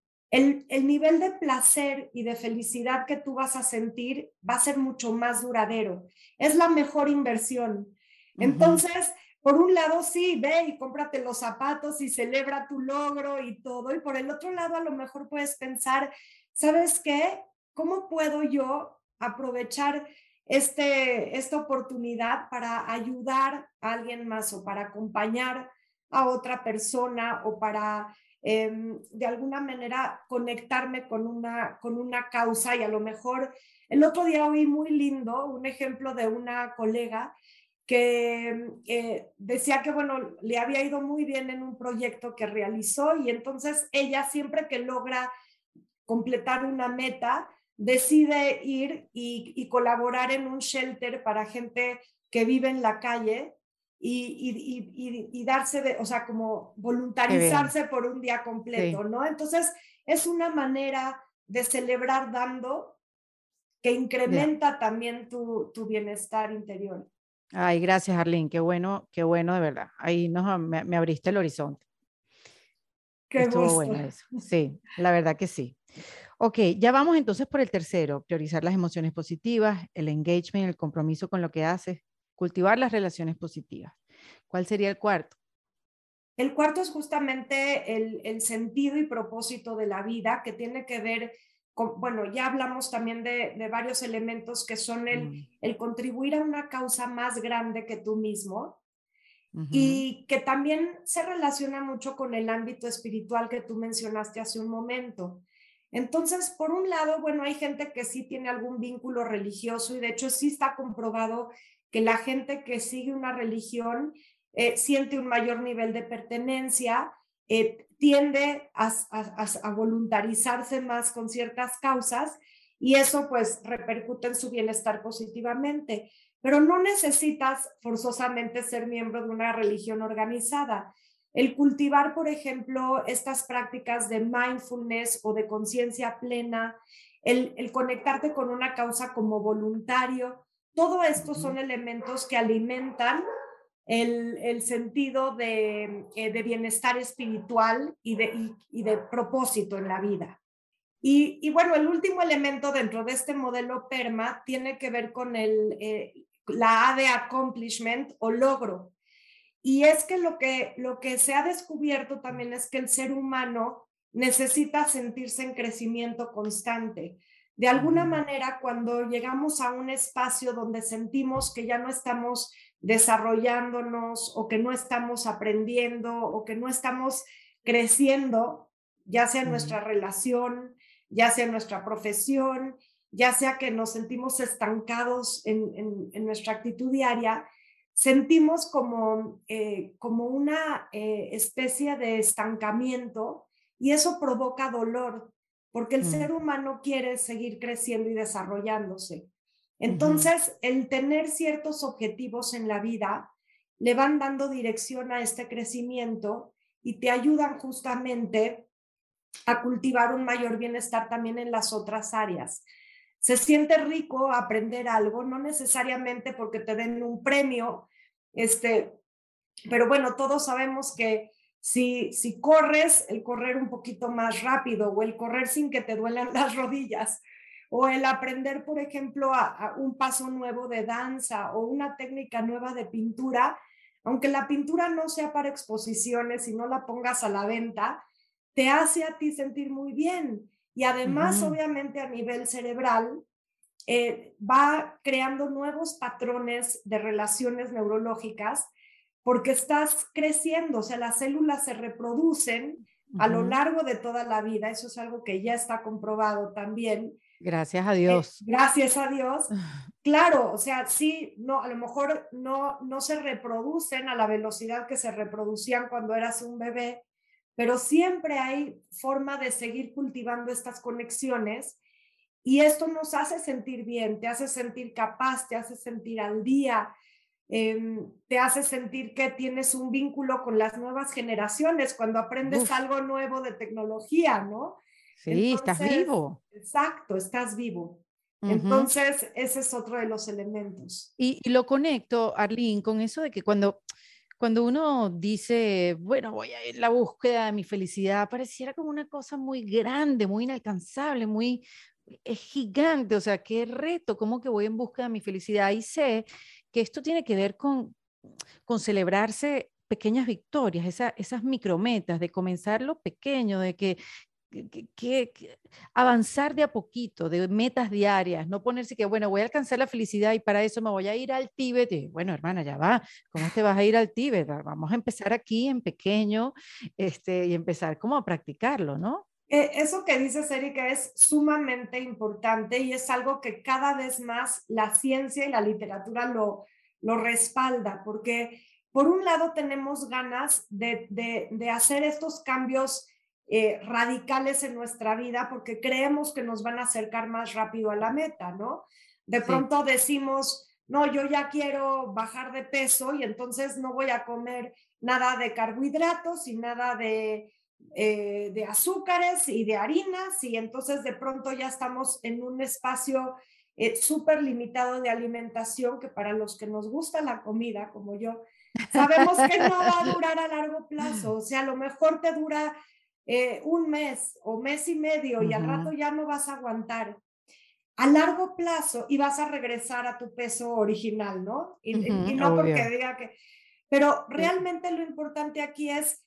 el nivel de placer y de felicidad que tú vas a sentir va a ser mucho más duradero. Es la mejor inversión. Ujú. Entonces, por un lado, sí, ve y cómprate los zapatos y celebra tu logro y todo. Y por el otro lado, a lo mejor puedes pensar, ¿sabes qué? ¿Cómo puedo yo aprovechar esta oportunidad para ayudar a alguien más o para acompañar a otra persona o para de alguna manera conectarme con una causa? Y a lo mejor el otro día oí muy lindo un ejemplo de una colega que decía que, bueno, le había ido muy bien en un proyecto que realizó y entonces ella siempre que logra completar una meta, decide ir y colaborar en un shelter para gente que vive en la calle y darse de, o sea, como Qué bien. voluntarizarse por un día Sí, completo, ¿no? Entonces, es una manera de celebrar dando que ya. incrementa también tu bienestar interior. Ay, gracias, Arlene. Qué bueno, de verdad. Ahí me abriste el horizonte. Qué Estuvo gusto. bueno eso. Sí, la verdad que sí. Ok, ya vamos entonces por el tercero, priorizar las emociones positivas, el engagement, el compromiso con lo que haces, cultivar las relaciones positivas. ¿Cuál sería el cuarto? El cuarto es justamente el sentido y propósito de la vida, que tiene que ver con, bueno, ya hablamos también de varios elementos que son Mm, el contribuir a una causa más grande que tú mismo ujú, y que también se relaciona mucho con el ámbito espiritual que tú mencionaste hace un momento. Entonces, por un lado, bueno, hay gente que sí tiene algún vínculo religioso y de hecho sí está comprobado que la gente que sigue una religión siente un mayor nivel de pertenencia, tiende a voluntarizarse más con ciertas causas y eso pues repercute en su bienestar positivamente. Pero no necesitas forzosamente ser miembro de una religión organizada. El cultivar, por ejemplo, estas prácticas de mindfulness o de conciencia plena, el conectarte con una causa como voluntario, todo esto ujú. son elementos que alimentan el sentido de bienestar espiritual y de propósito en la vida. Y bueno, el último elemento dentro de este modelo PERMA tiene que ver con la A de accomplishment o logro. Y es que lo que se ha descubierto también es que el ser humano necesita sentirse en crecimiento constante. De alguna Ujú, manera, cuando llegamos a un espacio donde sentimos que ya no estamos desarrollándonos o que no estamos aprendiendo o que no estamos creciendo, ya sea en ujú. nuestra relación, ya sea en nuestra profesión, ya sea que nos sentimos estancados en nuestra actitud diaria, sentimos como una especie de estancamiento y eso provoca dolor, porque el Mm, ser humano quiere seguir creciendo y desarrollándose. ujú, Entonces, el tener ciertos objetivos en la vida le van dando dirección a este crecimiento y te ayudan justamente a cultivar un mayor bienestar también en las otras áreas. Se siente rico aprender algo, no necesariamente porque te den un premio, este, pero bueno, todos sabemos que si corres, el correr un poquito más rápido o el correr sin que te duelan las rodillas o el aprender, por ejemplo, a un paso nuevo de danza o una técnica nueva de pintura, aunque la pintura no sea para exposiciones y no la pongas a la venta, te hace a ti sentir muy bien. Y además, ujú. obviamente, a nivel cerebral, va creando nuevos patrones de relaciones neurológicas porque estás creciendo, o sea, las células se reproducen a lo Ujú. largo de toda la vida, eso es algo que ya está comprobado también, Gracias a Dios. gracias a Dios. Claro, o sea, sí, no, a lo mejor no se reproducen a la velocidad que se reproducían cuando eras un bebé, pero siempre hay forma de seguir cultivando estas conexiones y esto nos hace sentir bien, te hace sentir capaz, te hace sentir al día, te hace sentir que tienes un vínculo con las nuevas generaciones cuando aprendes Uf, algo nuevo de tecnología, ¿no? sí, estás Entonces, vivo. exacto, estás vivo. Ujú. Entonces, ese es otro de los elementos. Y lo conecto, Arlene, con eso de que cuando uno dice, bueno, voy a ir a la búsqueda de mi felicidad, pareciera como una cosa muy grande, muy inalcanzable, muy es gigante, o sea, qué reto, cómo que voy en busca de mi felicidad. Y sé que esto tiene que ver con celebrarse pequeñas victorias, esas micrometas, de comenzar lo pequeño, de que avanzar de a poquito, de metas diarias, no ponerse que, bueno, voy a alcanzar la felicidad y para eso me voy a ir al Tíbet. Y, bueno, hermana, ya va, ¿cómo te vas a ir al Tíbet? Vamos a empezar aquí en pequeño, y empezar como a practicarlo, ¿no? Eso que dices, Erika, es sumamente importante y es algo que cada vez más la ciencia y la literatura lo respalda, porque por un lado tenemos ganas de hacer estos cambios radicales en nuestra vida porque creemos que nos van a acercar más rápido a la meta, ¿no? De Sí. pronto decimos, no, yo ya quiero bajar de peso y entonces no voy a comer nada de carbohidratos y nada de azúcares y de harinas y entonces de pronto ya estamos en un espacio súper limitado de alimentación que para los que nos gusta la comida, como yo, sabemos que no va a durar a largo plazo, o sea, a lo mejor te dura un mes o mes y medio y al rato Ujú, ya no vas a aguantar. A largo plazo y vas a regresar a tu peso original, ¿no? Y ujú, no porque obvio. diga que, pero Sí. realmente lo importante aquí es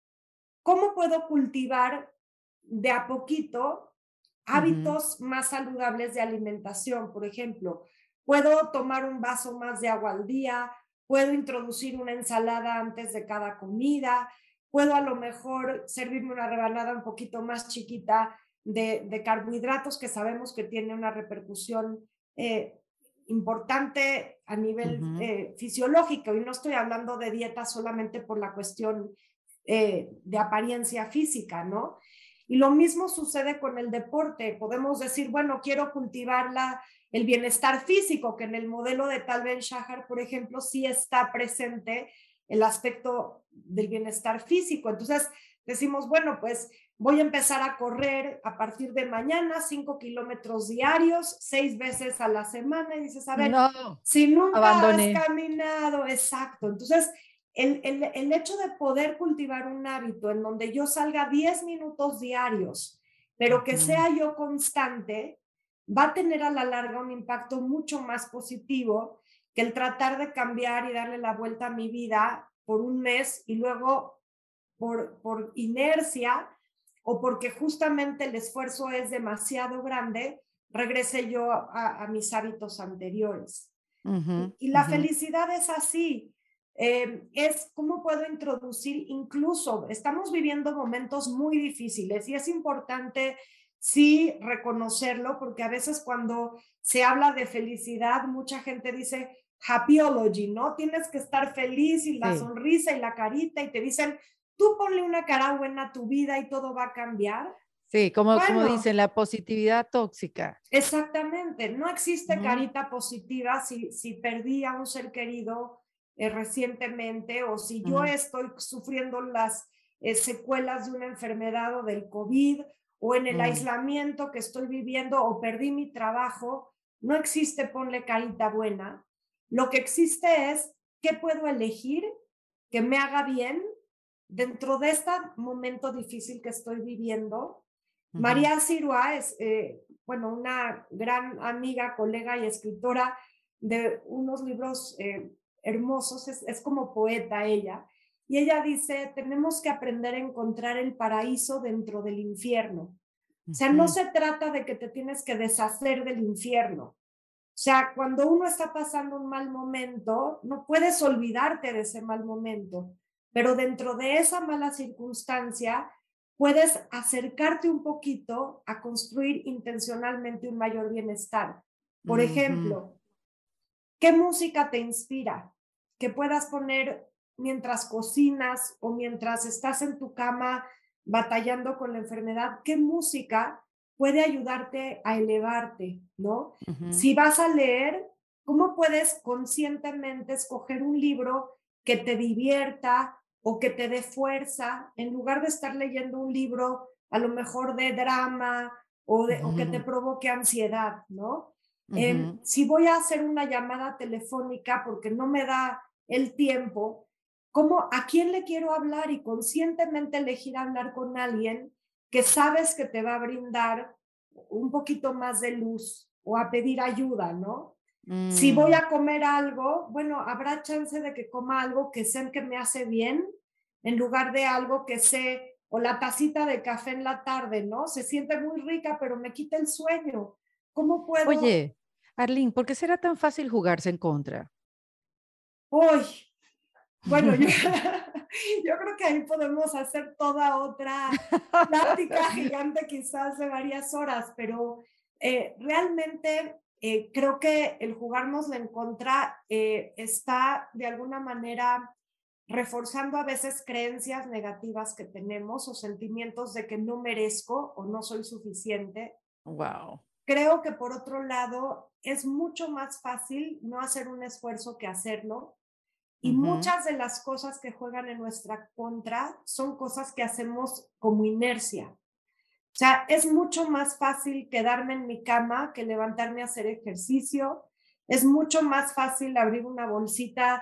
¿cómo puedo cultivar de a poquito Ujú, hábitos más saludables de alimentación? Por ejemplo, puedo tomar un vaso más de agua al día, puedo introducir una ensalada antes de cada comida, puedo a lo mejor servirme una rebanada un poquito más chiquita de carbohidratos que sabemos que tiene una repercusión eh, importante a nivel ujú, fisiológico y no estoy hablando de dieta solamente por la cuestión de apariencia física, ¿no? Y lo mismo sucede con el deporte. Podemos decir, bueno, quiero cultivar el bienestar físico, que en el modelo de Tal Ben Shahar, por ejemplo, sí está presente el aspecto del bienestar físico. Entonces decimos, bueno, pues voy a empezar a correr a partir de mañana 5 kilómetros diarios, 6 veces a la semana. Y dices, a ver, no, si nunca has abandoné. caminado, exacto. Entonces, el hecho de poder cultivar un hábito en donde yo salga 10 minutos diarios, pero que Ujú, sea yo constante, va a tener a la larga un impacto mucho más positivo que el tratar de cambiar y darle la vuelta a mi vida por un mes y luego por inercia o porque justamente el esfuerzo es demasiado grande, regrese yo a mis hábitos anteriores. ujú, Y la ujú. felicidad es así. Es cómo puedo introducir, incluso estamos viviendo momentos muy difíciles y es importante sí reconocerlo, porque a veces cuando se habla de felicidad, mucha gente dice happyology, ¿no? Tienes que estar feliz y la Sí, sonrisa y la carita y te dicen, tú ponle una cara buena a tu vida y todo va a cambiar. sí, como Bueno, dicen, la positividad tóxica. exactamente, no existe Ujú, carita positiva si perdí a un ser querido recientemente o si yo ujú, estoy sufriendo las secuelas de una enfermedad o del COVID o en el mm, aislamiento que estoy viviendo o perdí mi trabajo, no existe ponle carita buena. Lo que existe es qué puedo elegir que me haga bien dentro de este momento difícil que estoy viviendo. ujú. María Sirua es, bueno, una gran amiga, colega y escritora de unos libros hermosos, es como poeta ella, y ella dice, tenemos que aprender a encontrar el paraíso dentro del infierno. O sea, no Ujú, se trata de que te tienes que deshacer del infierno. O sea, cuando uno está pasando un mal momento, no puedes olvidarte de ese mal momento, pero dentro de esa mala circunstancia, puedes acercarte un poquito a construir intencionalmente un mayor bienestar. Por ujú. ejemplo, ¿qué música te inspira? Que puedas poner mientras cocinas o mientras estás en tu cama batallando con la enfermedad. ¿Qué música puede ayudarte a elevarte, ¿no? Ujú. Si vas a leer, ¿cómo puedes conscientemente escoger un libro que te divierta o que te dé fuerza en lugar de estar leyendo un libro a lo mejor de drama o que te Ujú, provoque ansiedad, ¿no? ujú. Si voy a hacer una llamada telefónica porque no me da el tiempo, ¿cómo, a quién le quiero hablar? Y conscientemente elegir hablar con alguien que sabes que te va a brindar un poquito más de luz o a pedir ayuda, ¿no? Si voy Mm, a comer algo, bueno, habrá chance de que coma algo que sé que me hace bien en lugar de algo que sé, o la tacita de café en la tarde, ¿no? Se siente muy rica, pero me quita el sueño. ¿Cómo puedo? Oye, Arlene, ¿por qué será tan fácil jugarse en contra? Uy, bueno, yo creo que ahí podemos hacer toda otra plática gigante quizás de varias horas, pero realmente creo que el jugárnosla en contra está de alguna manera reforzando a veces creencias negativas que tenemos o sentimientos de que no merezco o no soy suficiente. Wow. Creo que por otro lado es mucho más fácil no hacer un esfuerzo que hacerlo y Ujú, muchas de las cosas que juegan en nuestra contra son cosas que hacemos como inercia. O sea, es mucho más fácil quedarme en mi cama que levantarme a hacer ejercicio. Es mucho más fácil abrir una bolsita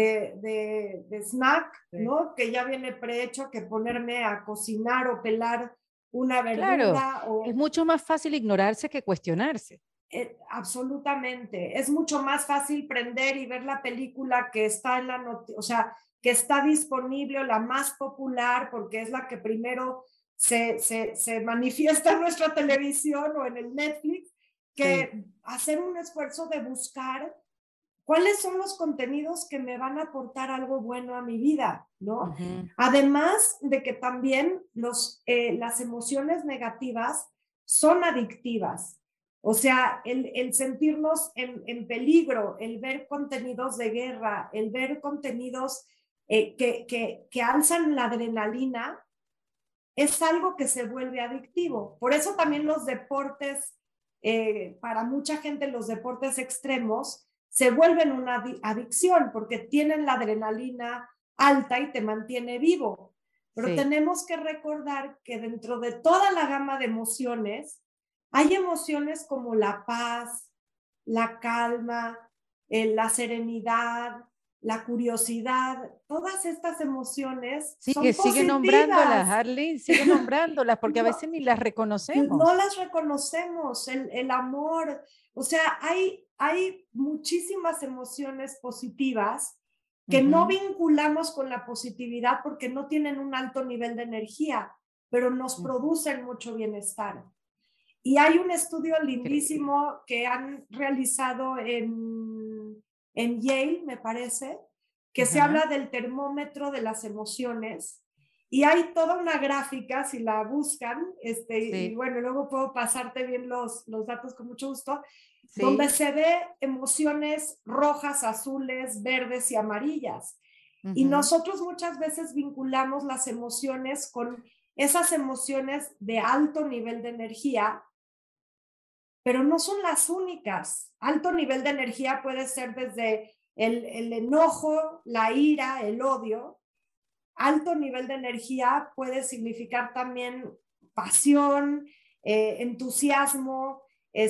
de snack, sí. ¿no? Que ya viene prehecho, que ponerme a cocinar o pelar una Claro, verdura es o mucho más fácil ignorarse que cuestionarse. absolutamente. Es mucho más fácil prender y ver la película que está en la o sea, que está disponible o la más popular porque es la que primero se manifiesta en nuestra televisión o en el Netflix, Sí. que hacer un esfuerzo de buscar cuáles son los contenidos que me van a aportar algo bueno a mi vida, ¿no? Ujú, Además de que también las emociones negativas son adictivas. O sea, el sentirnos en peligro, el ver contenidos de guerra, el ver contenidos que alzan la adrenalina, es algo que se vuelve adictivo. Por eso también los deportes, para mucha gente los deportes extremos, se vuelven una adicción porque tienen la adrenalina alta y te mantiene vivo. Pero sí. tenemos que recordar que dentro de toda la gama de emociones, hay emociones como la paz, la calma, la serenidad, la curiosidad, todas estas emociones Sigue, son sigue nombrándolas, positivas. Arlene, sigue nombrándolas, porque a veces No, ni las no reconocemos. las reconocemos, el amor, o sea, hay muchísimas emociones positivas que no Ujú, vinculamos con la positividad porque no tienen un alto nivel de energía, pero nos ujú. producen mucho bienestar. Y hay un estudio Increíble. lindísimo que han realizado en Yale, me parece, que se Ajá. habla del termómetro de las emociones Y hay toda una gráfica, si la buscan, y Sí, bueno, luego puedo pasarte bien los datos con mucho gusto, donde sí. se ve emociones rojas, azules, verdes y amarillas. Y Ujú, nosotros muchas veces vinculamos las emociones con esas emociones de alto nivel de energía, pero no son las únicas. Alto nivel de energía puede ser desde el enojo, la ira, el odio. Alto nivel de energía puede significar también pasión, entusiasmo,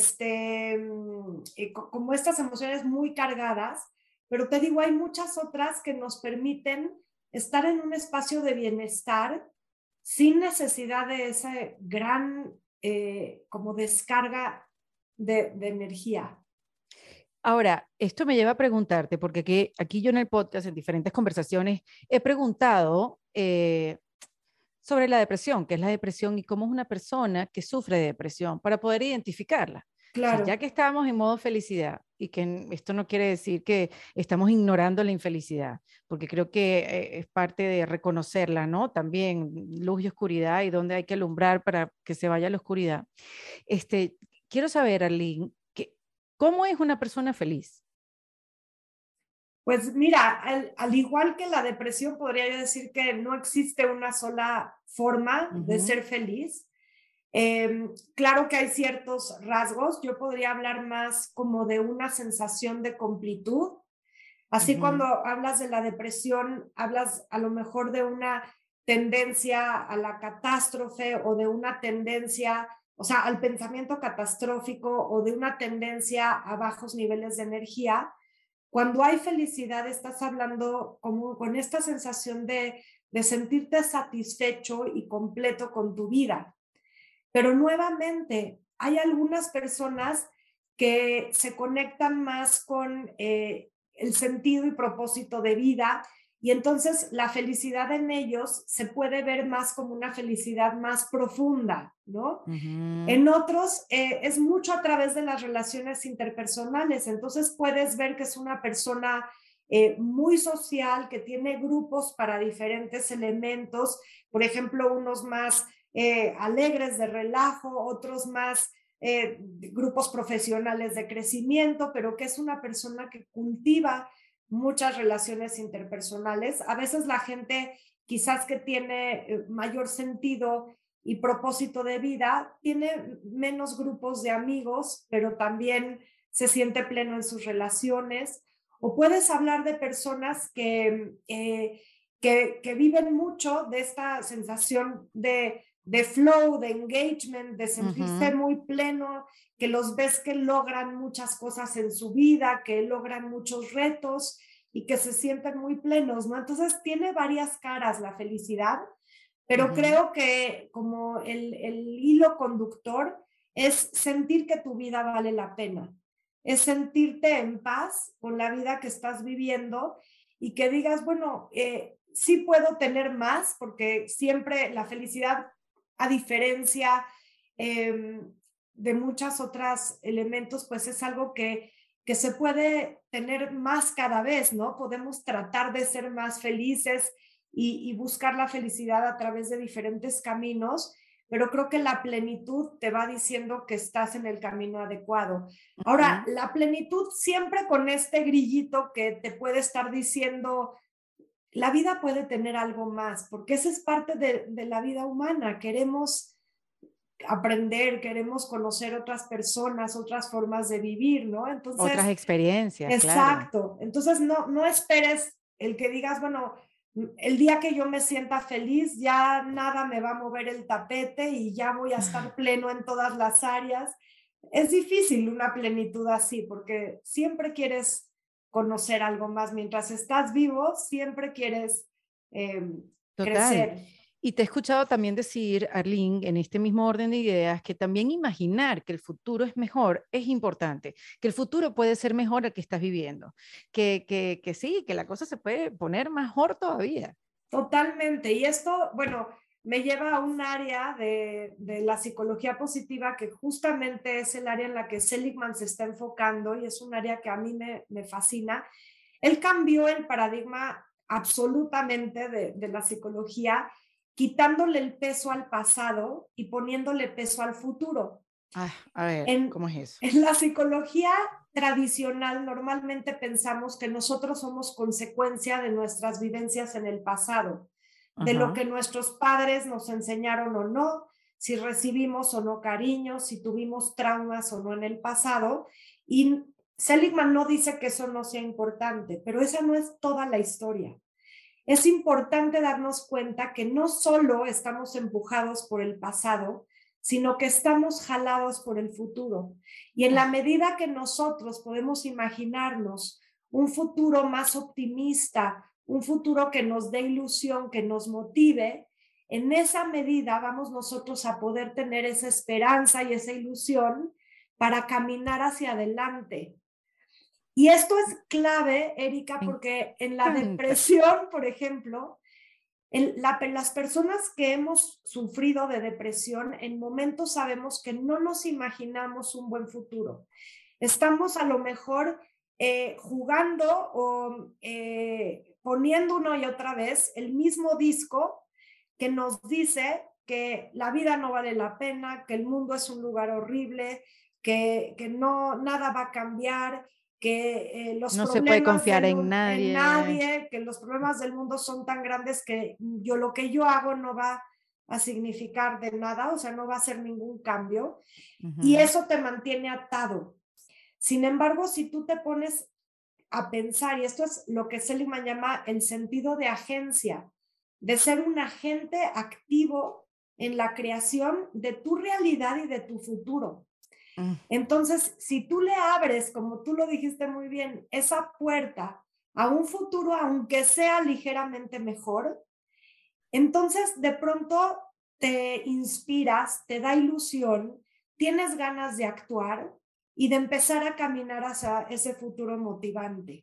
como estas emociones muy cargadas, pero te digo, hay muchas otras que nos permiten estar en un espacio de bienestar sin necesidad de esa gran como descarga de energía. Ahora, esto me lleva a preguntarte, porque aquí yo en el podcast, en diferentes conversaciones, he preguntado sobre la depresión, qué es la depresión y cómo es una persona que sufre de depresión, para poder identificarla. O sea, ya Claro, que estamos en modo felicidad, y que esto no quiere decir que estamos ignorando la infelicidad, porque creo que es parte de reconocerla, ¿no? También luz y oscuridad y dónde hay que alumbrar para que se vaya la oscuridad. Este, quiero saber, Arlene, ¿cómo es una persona feliz? pues mira, al igual que la depresión, podría yo decir que no existe una sola forma de Ujú, ser feliz. Claro que hay ciertos rasgos. Yo podría hablar más como de una sensación de completud. Así cuando ujú, hablas de la depresión, hablas a lo mejor de una tendencia a la catástrofe o de una tendencia, o sea, al pensamiento catastrófico o de una tendencia a bajos niveles de energía. Cuando hay felicidad, estás hablando como con esta sensación de sentirte satisfecho y completo con tu vida. Pero nuevamente, hay algunas personas que se conectan más con el sentido y propósito de vida y entonces la felicidad en ellos se puede ver más como una felicidad más profunda, ¿no? ujú. En otros es mucho a través de las relaciones interpersonales, entonces puedes ver que es una persona muy social, que tiene grupos para diferentes elementos, por ejemplo, unos más alegres de relajo, otros más grupos profesionales de crecimiento, pero que es una persona que cultiva muchas relaciones interpersonales. A veces la gente quizás que tiene mayor sentido y propósito de vida, tiene menos grupos de amigos, pero también se siente pleno en sus relaciones. O puedes hablar de personas que viven mucho de esta sensación de flow, de engagement, de sentirse Ujú, muy pleno, que los ves que logran muchas cosas en su vida, que logran muchos retos y que se sienten muy plenos, ¿no? Entonces tiene varias caras la felicidad, pero ujú. creo que como el hilo conductor es sentir que tu vida vale la pena, es sentirte en paz con la vida que estás viviendo y que digas, bueno, sí puedo tener más, porque siempre la felicidad, a diferencia eh, de muchas otras elementos, pues es algo que se puede tener más cada vez, ¿no? Podemos tratar de ser más felices y buscar la felicidad a través de diferentes caminos, pero creo que la plenitud te va diciendo que estás en el camino adecuado. Ahora, Ujú. la plenitud siempre con este grillito que te puede estar diciendo, la vida puede tener algo más, porque esa es parte de la vida humana. Queremos aprender, queremos conocer otras personas, otras formas de vivir, ¿no? Otras Entonces, experiencias, claro. exacto. Entonces, no esperes el que digas, bueno, el día que yo me sienta feliz, ya nada me va a mover el tapete y ya voy a estar pleno en todas las áreas. Es difícil una plenitud así, porque siempre quieres conocer algo más. Mientras estás vivo, siempre quieres eh, Total. crecer. Y te he escuchado también decir, Arlene, en este mismo orden de ideas, que también imaginar que el futuro es mejor es importante, que el futuro puede ser mejor al que estás viviendo, que sí, que la cosa se puede poner mejor todavía. Totalmente. Y esto, bueno, me lleva a un área de la psicología positiva que justamente es el área en la que Seligman se está enfocando y es un área que a mí me fascina. Él cambió el paradigma absolutamente de la psicología quitándole el peso al pasado y poniéndole peso al futuro. Ah, a ver, En, ¿cómo es eso? en la psicología tradicional normalmente pensamos que nosotros somos consecuencia de nuestras vivencias en el pasado, de lo Ajá. que nuestros padres nos enseñaron o no, si recibimos o no cariño, si tuvimos traumas o no en el pasado. Y Seligman no dice que eso no sea importante, pero esa no es toda la historia. Es importante darnos cuenta que no solo estamos empujados por el pasado, sino que estamos jalados por el futuro. Y en la Ah, medida que nosotros podemos imaginarnos un futuro más optimista, un futuro que nos dé ilusión, que nos motive, en esa medida vamos nosotros a poder tener esa esperanza y esa ilusión para caminar hacia adelante. Y esto es clave, Erika, me porque en la encanta. depresión, por ejemplo, las personas que hemos sufrido de depresión, en momentos sabemos que no nos imaginamos un buen futuro. Estamos a lo mejor jugando o poniendo una y otra vez el mismo disco que nos dice que la vida no vale la pena, que el mundo es un lugar horrible, que no, nada va a cambiar, que los No se puede problemas confiar del en mundo, en nadie. nadie, que los problemas del mundo son tan grandes que yo lo que yo hago no va a significar de nada, o sea, no va a ser ningún cambio, y Ujú. eso te mantiene atado. Sin embargo, si tú te pones a pensar, y esto es lo que Seligman llama el sentido de agencia, de ser un agente activo en la creación de tu realidad y de tu futuro. Mm. Entonces, si tú le abres, como tú lo dijiste muy bien, esa puerta a un futuro, aunque sea ligeramente mejor, entonces de pronto te inspiras, te da ilusión, tienes ganas de actuar y de empezar a caminar hacia ese futuro motivante.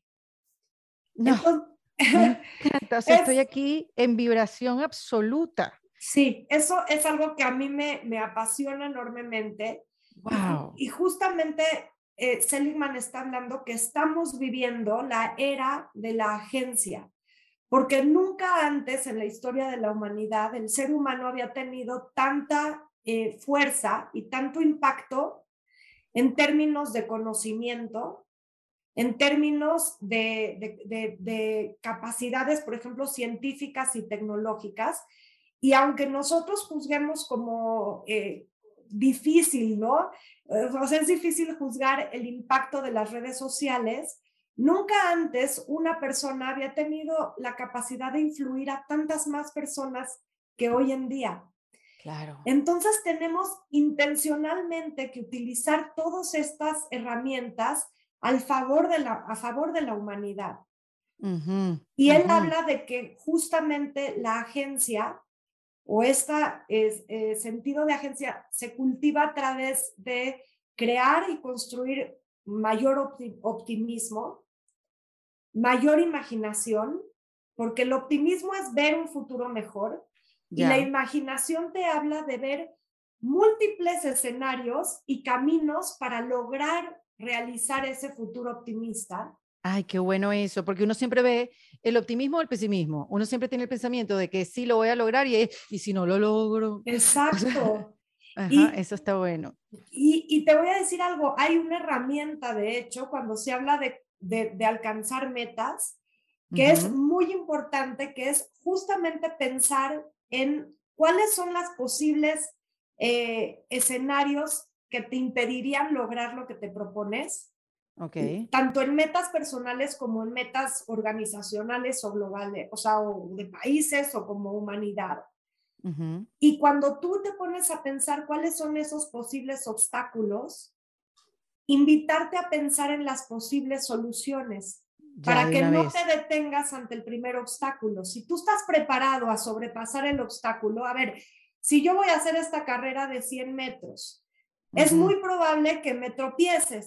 No, Entonces, me encanta. O sea, estoy es, aquí en vibración absoluta. sí, eso es algo que a mí me apasiona enormemente Wow. y justamente Seligman está hablando que estamos viviendo la era de la agencia, porque nunca antes en la historia de la humanidad el ser humano había tenido tanta fuerza y tanto impacto en términos de conocimiento, en términos de capacidades, por ejemplo, científicas y tecnológicas. Y aunque nosotros juzguemos como difícil, ¿no? O sea, es difícil juzgar el impacto de las redes sociales. Nunca antes una persona había tenido la capacidad de influir a tantas más personas que hoy en día. Claro. Entonces tenemos intencionalmente que utilizar todas estas herramientas a favor de la humanidad. Ujú, Y él ujú. habla de que justamente la agencia o este sentido de agencia se cultiva a través de crear y construir mayor optimismo, mayor imaginación, porque el optimismo es ver un futuro mejor y la Ya. imaginación te habla de ver múltiples escenarios y caminos para lograr realizar ese futuro optimista. Ay, qué bueno eso, porque uno siempre ve el optimismo o el pesimismo. Uno siempre tiene el pensamiento de que sí lo voy a lograr y si no lo logro. O sea, Exacto. ajá, Y, eso está bueno. y te voy a decir algo, hay una herramienta, de hecho, cuando se habla de alcanzar metas, que es Ujú. muy importante, que es justamente pensar en cuáles son las posibles escenarios que te impedirían lograr lo que te propones, Ok. tanto en metas personales como en metas organizacionales o globales, o sea, o de países o como humanidad. Ujú. Y cuando tú te pones a pensar cuáles son esos posibles obstáculos, invitarte a pensar en las posibles soluciones Ya para de que una no te vez. detengas ante el primer obstáculo. Si tú estás preparado a sobrepasar el obstáculo, a ver, si yo voy a hacer esta carrera de 100 metros, es Ujú, muy probable que me tropiece.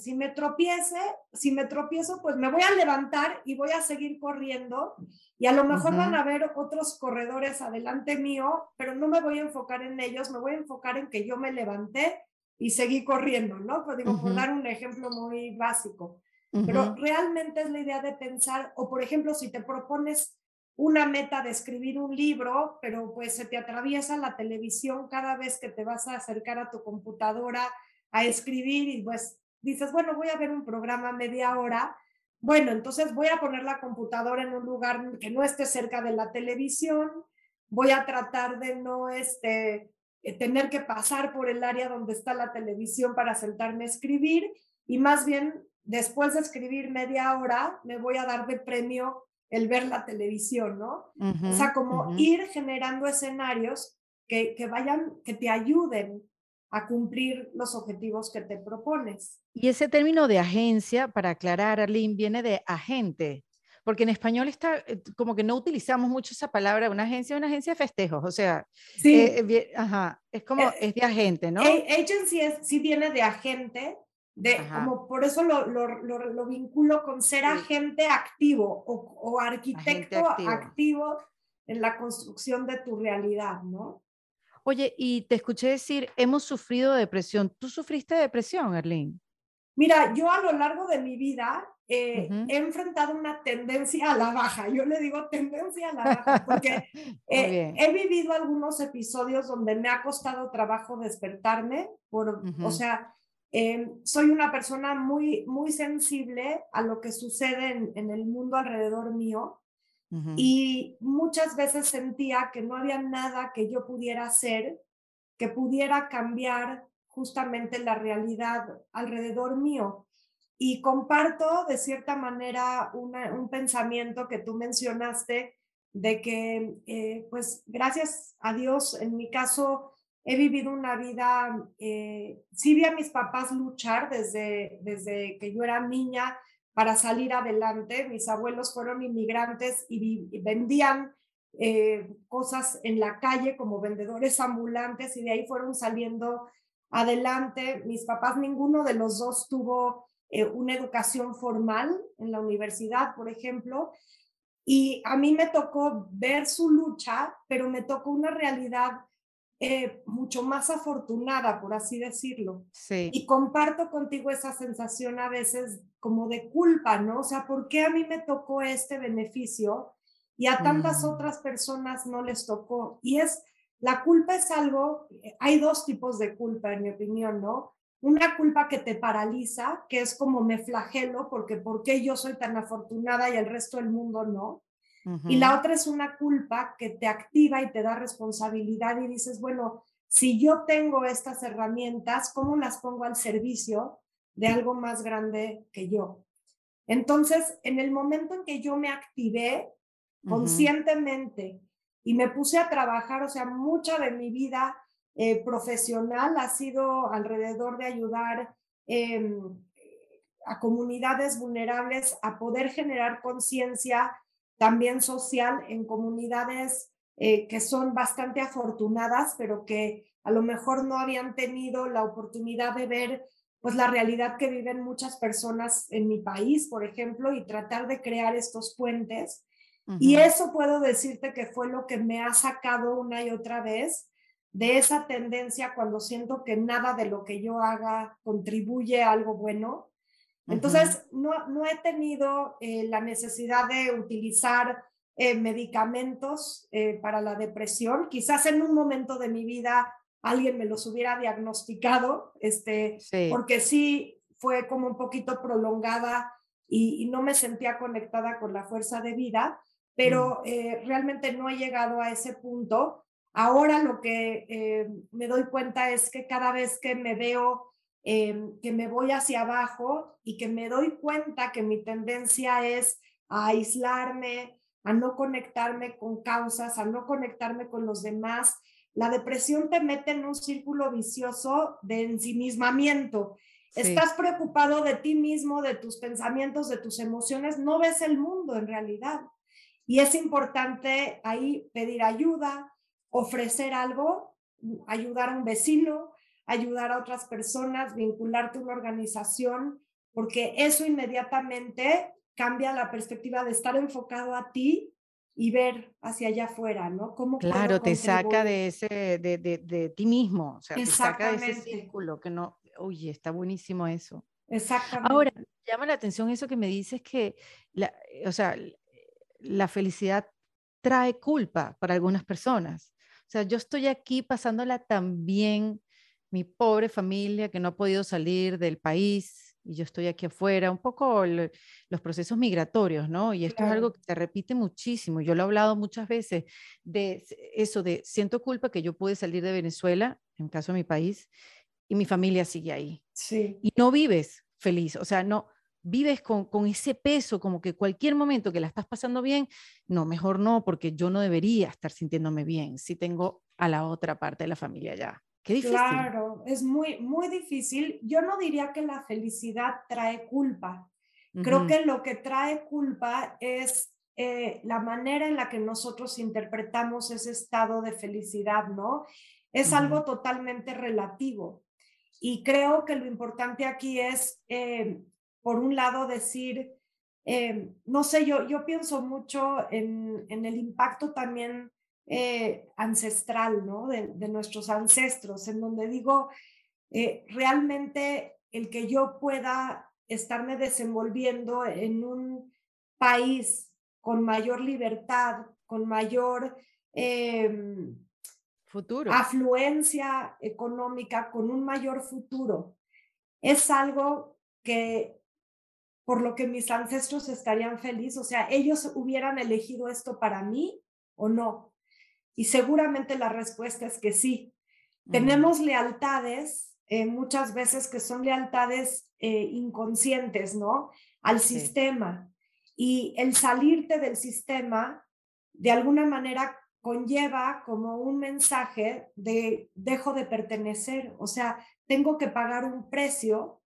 Si me tropiezo, pues me voy a levantar y voy a seguir corriendo y a lo mejor van ujú, a haber otros corredores adelante mío, pero no me voy a enfocar en ellos, me voy a enfocar en que yo me levanté y seguí corriendo, ¿no? Pues digo, por ujú, dar un ejemplo muy básico. Pero ujú. realmente es la idea de pensar, o por ejemplo, si te propones una meta de escribir un libro, pero pues se te atraviesa la televisión cada vez que te vas a acercar a tu computadora a escribir y pues dices, bueno, voy a ver un programa media hora. Bueno, entonces voy a poner la computadora en un lugar que no esté cerca de la televisión, voy a tratar de no tener que pasar por el área donde está la televisión para sentarme a escribir y más bien después de escribir media hora me voy a dar de premio el ver la televisión, ¿no? O Ujú, sea, como ujú. ir generando escenarios que te ayuden a cumplir los objetivos que te propones. Y ese término de agencia, para aclarar, Arlene, viene de agente, porque en español está como que no utilizamos mucho esa palabra, una agencia de festejos, o sea, Sí, ajá, es como, eh, es de agente, ¿no? agency sí viene de agente, Ajá, como por eso lo vinculo con ser sí, agente activo o agente arquitecto activo. activo en la construcción de tu realidad, ¿no? Oye, y te escuché decir, hemos sufrido depresión. ¿Tú sufriste depresión, Arlene? Mira, yo a lo largo de mi vida Ujú. he enfrentado una tendencia a la baja. Yo le digo tendencia a la baja porque Muy bien. he vivido algunos episodios donde me ha costado trabajo despertarme. O Ujú, sea, soy una persona muy, muy sensible a lo que sucede en el mundo alrededor mío ujú. y muchas veces sentía que no había nada que yo pudiera hacer que pudiera cambiar justamente la realidad alrededor mío. Y comparto de cierta manera un pensamiento que tú mencionaste de que, pues gracias a Dios, en mi caso, he vivido una vida, sí vi a mis papás luchar desde que yo era niña para salir adelante. Mis abuelos fueron inmigrantes y vendían cosas en la calle como vendedores ambulantes y de ahí fueron saliendo adelante. Mis papás, ninguno de los dos tuvo una educación formal en la universidad, por ejemplo, y a mí me tocó ver su lucha, pero me tocó una realidad mucho más afortunada, por así decirlo. Sí. Y comparto contigo esa sensación a veces como de culpa, ¿no? O sea, ¿por qué a mí me tocó este beneficio y a tantas Mm, otras personas no les tocó? Y la culpa es algo, hay dos tipos de culpa, en mi opinión, ¿no? Una culpa que te paraliza, que es como me flagelo porque ¿por qué yo soy tan afortunada y el resto del mundo no? Y ujú, la otra es una culpa que te activa y te da responsabilidad y dices, bueno, si yo tengo estas herramientas, ¿cómo las pongo al servicio de algo más grande que yo? Entonces, en el momento en que yo me activé ujú. conscientemente y me puse a trabajar, o sea, mucha de mi vida profesional ha sido alrededor de ayudar eh, a comunidades vulnerables a poder generar conciencia también social en comunidades que son bastante afortunadas, pero que a lo mejor no habían tenido la oportunidad de ver pues la realidad que viven muchas personas en mi país, por ejemplo, y tratar de crear estos puentes. Y Ujú. eso puedo decirte que fue lo que me ha sacado una y otra vez de esa tendencia cuando siento que nada de lo que yo haga contribuye a algo bueno. Ujú. Entonces, no he tenido la necesidad de utilizar medicamentos para la depresión. Quizás en un momento de mi vida alguien me los hubiera diagnosticado, Sí. porque sí fue como un poquito prolongada y no me sentía conectada con la fuerza de vida, Mm. pero realmente no he llegado a ese punto. Ahora lo que me doy cuenta es que cada vez que me veo que me voy hacia abajo y que me doy cuenta que mi tendencia es a aislarme, a no conectarme con causas, a no conectarme con los demás. La depresión te mete en un círculo vicioso de ensimismamiento. Sí. Estás preocupado de ti mismo, de tus pensamientos, de tus emociones, no ves el mundo en realidad. Y es importante ahí pedir ayuda, ofrecer algo, ayudar a un vecino, ayudar a otras personas, vincularte a una organización, porque eso inmediatamente cambia la perspectiva de estar enfocado a ti y ver hacia allá afuera, ¿no? ¿Cómo puedo Claro, te saca contribuir? de ese, de ti mismo, o sea, te saca de ese Exactamente, círculo que no, oye, está buenísimo eso. Ahora, exactamente. me llama la atención eso que me dices que, o sea, la felicidad trae culpa para algunas personas. O sea, yo estoy aquí pasándola tan bien, mi pobre familia que no ha podido salir del país y yo estoy aquí afuera, un poco los procesos migratorios, ¿no? Y esto es Claro, algo que se repite muchísimo. Yo lo he hablado muchas veces de eso, de siento culpa que yo pude salir de Venezuela, en caso de mi país, y mi familia sigue ahí. sí. Y no vives feliz, o sea, no vives con ese peso, como que cualquier momento que la estás pasando bien, no, mejor no, porque yo no debería estar sintiéndome bien si tengo a la otra parte de la familia ya. Qué difícil. Claro, es muy, muy difícil. Yo no diría que la felicidad trae culpa. Creo Ujú, que lo que trae culpa es la manera en la que nosotros interpretamos ese estado de felicidad, ¿no? Es ujú, algo totalmente relativo. Y creo que lo importante aquí es, por un lado, decir, no sé, yo pienso mucho en el impacto también ancestral, ¿no? De nuestros ancestros, en donde digo, realmente el que yo pueda estarme desenvolviendo en un país con mayor libertad, con mayor futuro. afluencia económica, con un mayor futuro, es algo que por lo que mis ancestros estarían felices, o sea, ellos hubieran elegido esto para mí o no. Y seguramente la respuesta es que sí. Mm, Tenemos lealtades, muchas veces que son lealtades inconscientes, ¿no? Al sí, sistema. Y el salirte del sistema, de alguna manera, conlleva como un mensaje de dejo de pertenecer, o sea, tengo que pagar un precio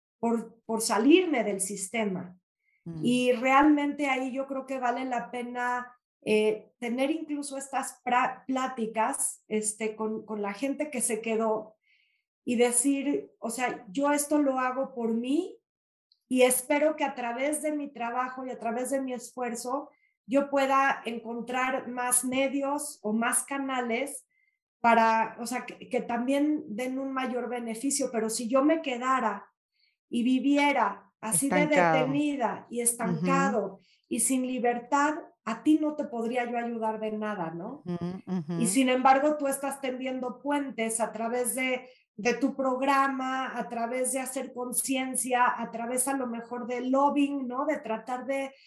por salirme del sistema. mm, Y realmente ahí yo creo que vale la pena tener incluso estas pláticas con la gente que se quedó y decir, o sea, yo esto lo hago por mí y espero que a través de mi trabajo y a través de mi esfuerzo yo pueda encontrar más medios o más canales para, o sea, que también den un mayor beneficio, pero si yo me quedara y viviera así de estancado. detenida y Ujú, estancado y sin libertad, a ti no te podría yo ayudar de nada, ¿no? ujú, ujú, Y sin embargo, tú estás tendiendo puentes a través de tu programa, a través de hacer conciencia, a través a lo mejor del lobbying, ¿no? De tratar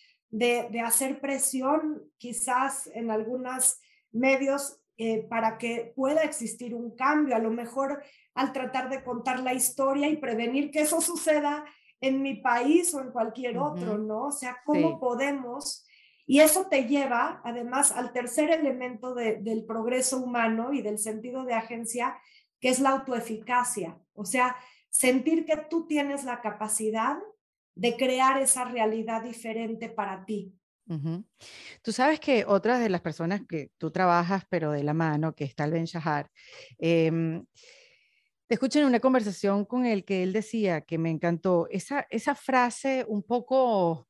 de hacer presión quizás en algunos medios para que pueda existir un cambio. A lo mejor al tratar de contar la historia y prevenir que eso suceda en mi país o en cualquier otro, ujú. ¿no? O sea, ¿cómo Sí. podemos? Y eso te lleva, además, al tercer elemento del progreso humano y del sentido de agencia, que es la autoeficacia. O sea, sentir que tú tienes la capacidad de crear esa realidad diferente para ti. Ujú. Tú sabes que otras de las personas que tú trabajas, pero de la mano, que es Tal Ben Shahar, em, te escuché en una conversación con él que él decía que me encantó esa frase un poco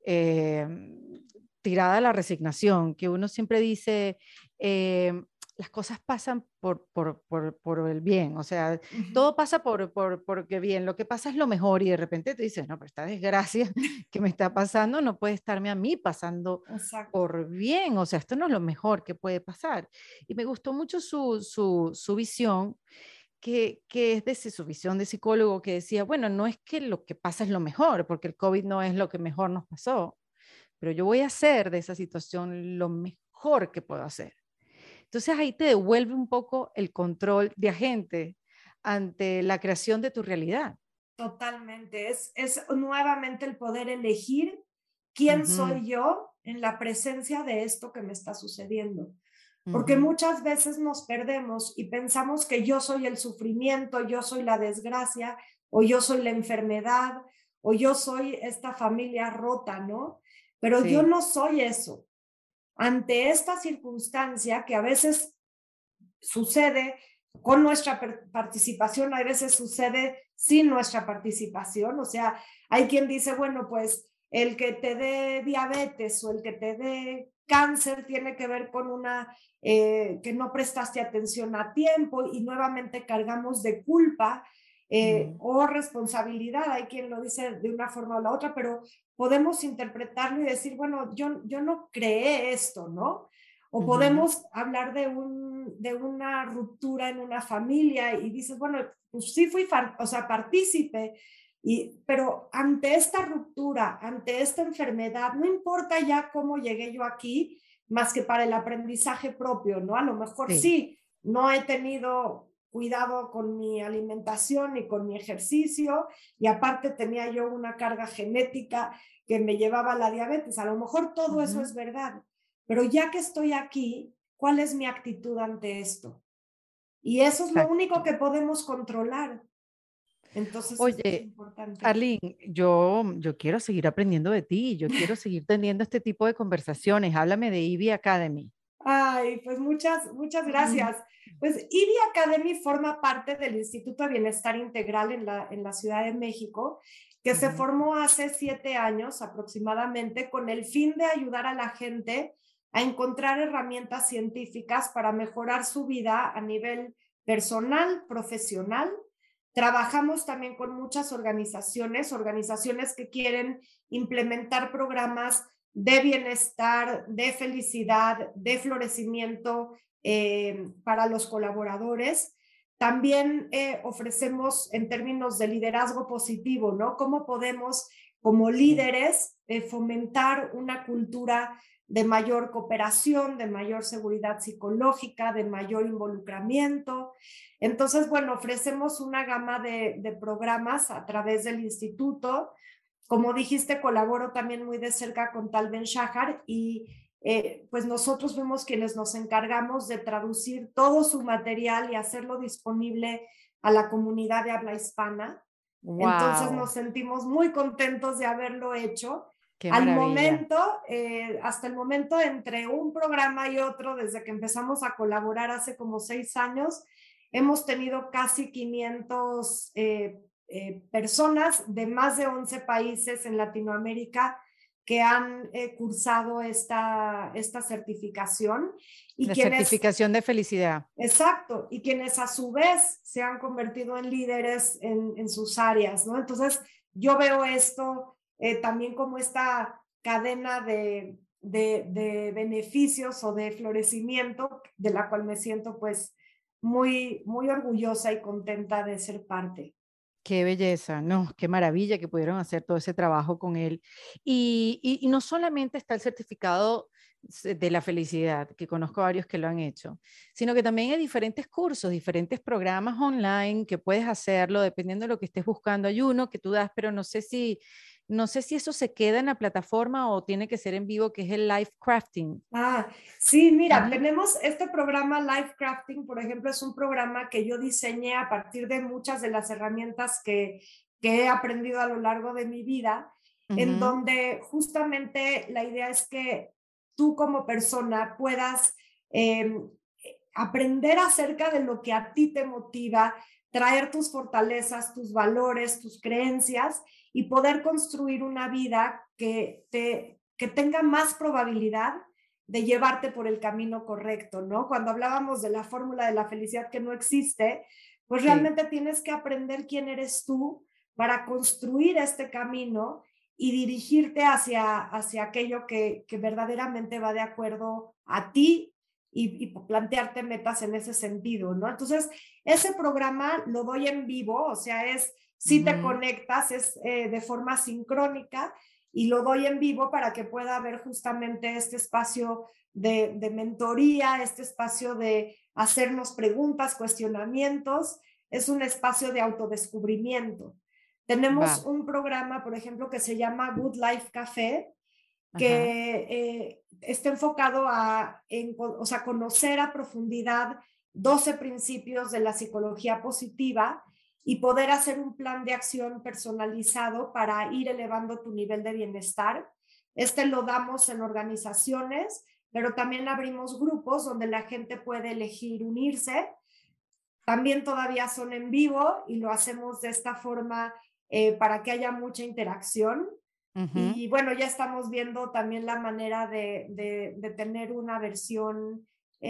tirada a la resignación, que uno siempre dice, las cosas pasan por el bien, o sea, Uh -huh. todo pasa porque bien, lo que pasa es lo mejor y de repente te dices, no, pero esta desgracia que me está pasando no puede estarme a mí pasando Exacto. por bien, o sea, esto no es lo mejor que puede pasar. Y me gustó mucho su visión que es de su visión de psicólogo que decía, bueno, no es que lo que pasa es lo mejor, porque el COVID no es lo que mejor nos pasó, pero yo voy a hacer de esa situación lo mejor que puedo hacer. Entonces ahí te devuelve un poco el control de agente ante la creación de tu realidad. Totalmente. Es nuevamente el poder elegir quién Ujú, soy yo en la presencia de esto que me está sucediendo. Porque ujú, muchas veces nos perdemos y pensamos que yo soy el sufrimiento, yo soy la desgracia, o yo soy la enfermedad, o yo soy esta familia rota, ¿no? Pero yo sí, no soy eso. Ante esta circunstancia que a veces sucede con nuestra participación, a veces sucede sin nuestra participación, o sea, hay quien dice, bueno, pues el que te dé diabetes o el que te dé cáncer tiene que ver con una que no prestaste atención a tiempo y nuevamente cargamos de culpa mm, o responsabilidad, hay quien lo dice de una forma o la otra, pero podemos interpretarlo y decir, bueno, yo no creé esto, ¿no? O podemos hablar de una ruptura en una familia y dices, bueno, pues sí fui, o sea, partícipe, pero ante esta ruptura, ante esta enfermedad, no importa ya cómo llegué yo aquí, más que para el aprendizaje propio, ¿no? A lo mejor sí, no he tenido cuidado con mi alimentación y con mi ejercicio, y aparte tenía yo una carga genética que me llevaba a la diabetes. A lo mejor todo eso es verdad, pero ya que estoy aquí, ¿cuál es mi actitud ante esto? Y eso es lo único que podemos controlar. Entonces, eso es Oye, importante. Arlene, yo quiero seguir aprendiendo de ti, yo quiero seguir teniendo este tipo de conversaciones. Háblame de IBI Academy. Ay, pues muchas gracias. Pues IBI Academy forma parte del Instituto de Bienestar Integral en la Ciudad de México, que se formó hace 7 años aproximadamente con el fin de ayudar a la gente a encontrar herramientas científicas para mejorar su vida a nivel personal, profesional. Trabajamos también con muchas organizaciones que quieren implementar programas de bienestar, de felicidad, de florecimiento para los colaboradores. También ofrecemos en términos de liderazgo positivo, ¿no? ¿Cómo podemos, como líderes, fomentar una cultura de mayor cooperación, de mayor seguridad psicológica, de mayor involucramiento? Entonces, bueno, ofrecemos una gama de programas a través del instituto. Como dijiste, colaboro también muy de cerca con Tal Ben Shahar y pues nosotros fuimos quienes nos encargamos de traducir todo su material y hacerlo disponible a la comunidad de habla hispana. Wow. Entonces nos sentimos muy contentos de haberlo hecho. Qué Al maravilla. momento, hasta el momento, entre un programa y otro, desde que empezamos a colaborar hace como 6 años, hemos tenido casi 500 personas de más de 11 países en Latinoamérica que han cursado esta certificación. Y La quienes, certificación de felicidad. exacto, y quienes a su vez se han convertido en líderes en sus áreas, ¿no? Entonces, yo veo esto también como esta cadena de beneficios o de florecimiento de la cual me siento pues muy orgullosa y contenta de ser parte. Qué belleza, no, qué maravilla que pudieron hacer todo ese trabajo con él. Y no solamente está el certificado de la felicidad, que conozco varios que lo han hecho, sino que también hay diferentes cursos, diferentes programas online que puedes hacerlo dependiendo de lo que estés buscando. Hay uno que tú das, pero no sé si eso se queda en la plataforma o tiene que ser en vivo, que es el life crafting. Sí, mira, tenemos este programa Life Crafting, por ejemplo, es un programa que yo diseñé a partir de muchas de las herramientas que he aprendido a lo largo de mi vida, en donde justamente la idea es que tú como persona puedas aprender acerca de lo que a ti te motiva, traer tus fortalezas, tus valores, tus creencias y poder construir una vida que tenga más probabilidad de llevarte por el camino correcto, ¿no? Cuando hablábamos de la fórmula de la felicidad que no existe, pues realmente tienes que aprender quién eres tú para construir este camino y dirigirte hacia aquello que verdaderamente va de acuerdo a ti y plantearte metas en ese sentido, ¿no? Entonces, ese programa lo doy en vivo, o sea, si te conectas, es de forma sincrónica, y lo doy en vivo para que pueda haber justamente este espacio de mentoría, este espacio de hacernos preguntas, cuestionamientos, es un espacio de autodescubrimiento. Tenemos un programa, por ejemplo, que se llama Good Life Café, que está enfocado o sea, conocer a profundidad 12 principios de la psicología positiva y poder hacer un plan de acción personalizado para ir elevando tu nivel de bienestar. Lo damos en organizaciones, pero también abrimos grupos donde la gente puede elegir unirse. También todavía son en vivo y lo hacemos de esta forma para que haya mucha interacción. Y bueno, ya estamos viendo también la manera de tener una versión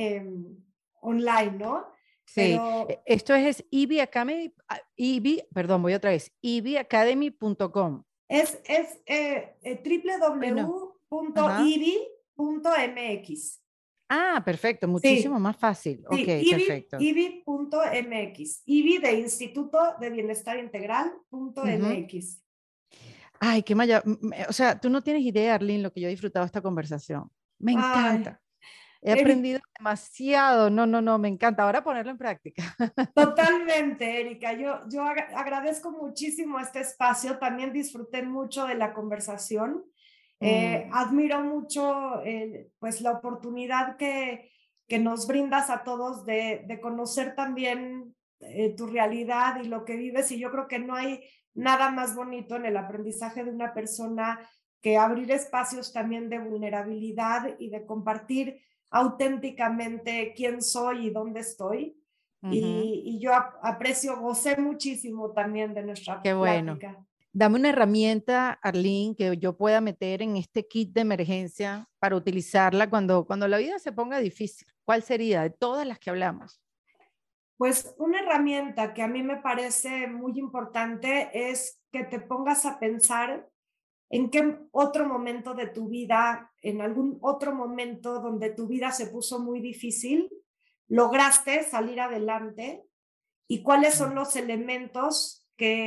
online, ¿no? Sí, Pero esto es IBI Academy, perdón, voy otra vez, ibiacademy.com. es Ay, no. www.ibi.mx. Ah, perfecto, muchísimo Sí, más fácil. Ok, sí, perfecto. IBI.mx, IBI de Instituto de Bienestar Integral punto Ujú. MX. Ay, o sea, tú no tienes idea, Arlene, lo que yo he disfrutado de esta conversación. Me Ay, encanta. He Eri- aprendido demasiado. No, no, no, me encanta. Ahora ponerlo en práctica. totalmente, Erika. Yo agradezco muchísimo este espacio. También disfruté mucho de la conversación. Mm, Admiro mucho pues la oportunidad que nos brindas a todos de conocer también tu realidad y lo que vives. Y yo creo que no hay nada más bonito en el aprendizaje de una persona que abrir espacios también de vulnerabilidad y de compartir auténticamente quién soy y dónde estoy. ujú. Y yo aprecio, gocé muchísimo también de nuestra Qué bueno. plática. Dame una herramienta, Arlene, que yo pueda meter en este kit de emergencia para utilizarla cuando la vida se ponga difícil. ¿Cuál sería de todas las que hablamos? Pues una herramienta que a mí me parece muy importante es que te pongas a pensar en qué otro momento de tu vida, en algún otro momento donde tu vida se puso muy difícil, lograste salir adelante y cuáles son Mm. los elementos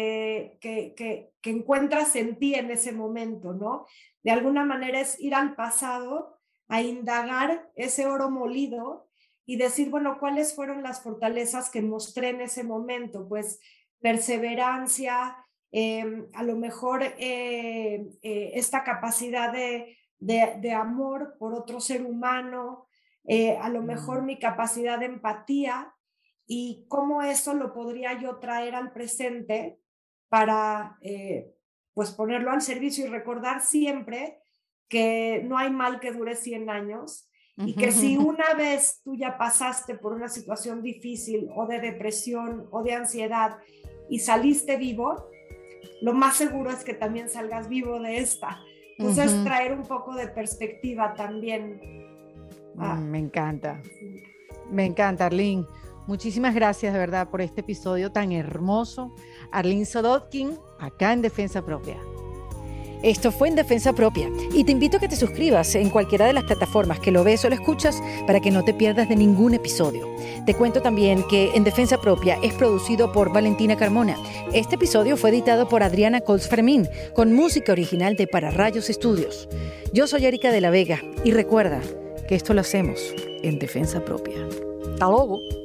que encuentras en ti en ese momento, ¿no? De alguna manera es ir al pasado a indagar ese oro molido y decir, bueno, ¿cuáles fueron las fortalezas que mostré en ese momento? Pues perseverancia, a lo mejor esta capacidad de amor por otro ser humano, a lo mejor Mm. mi capacidad de empatía y cómo eso lo podría yo traer al presente para pues ponerlo al servicio y recordar siempre que no hay mal que dure 100 años y que si una vez tú ya pasaste por una situación difícil o de depresión o de ansiedad y saliste vivo, lo más seguro es que también salgas vivo de esta. Entonces, Ujú. traer un poco de perspectiva también. Ah, Me encanta. sí. Me encanta, Arlene. Muchísimas gracias de verdad por este episodio tan hermoso. Arlene Sodotkin, acá en Defensa Propia. Esto fue En Defensa Propia y te invito a que te suscribas en cualquiera de las plataformas que lo ves o lo escuchas para que no te pierdas de ningún episodio. Te cuento también que En Defensa Propia es producido por Valentina Carmona. Este episodio fue editado por Adriana Colts Fermín con música original de Para Rayos Estudios. Yo soy Erika de la Vega y recuerda que esto lo hacemos en Defensa Propia. ¡Hasta luego!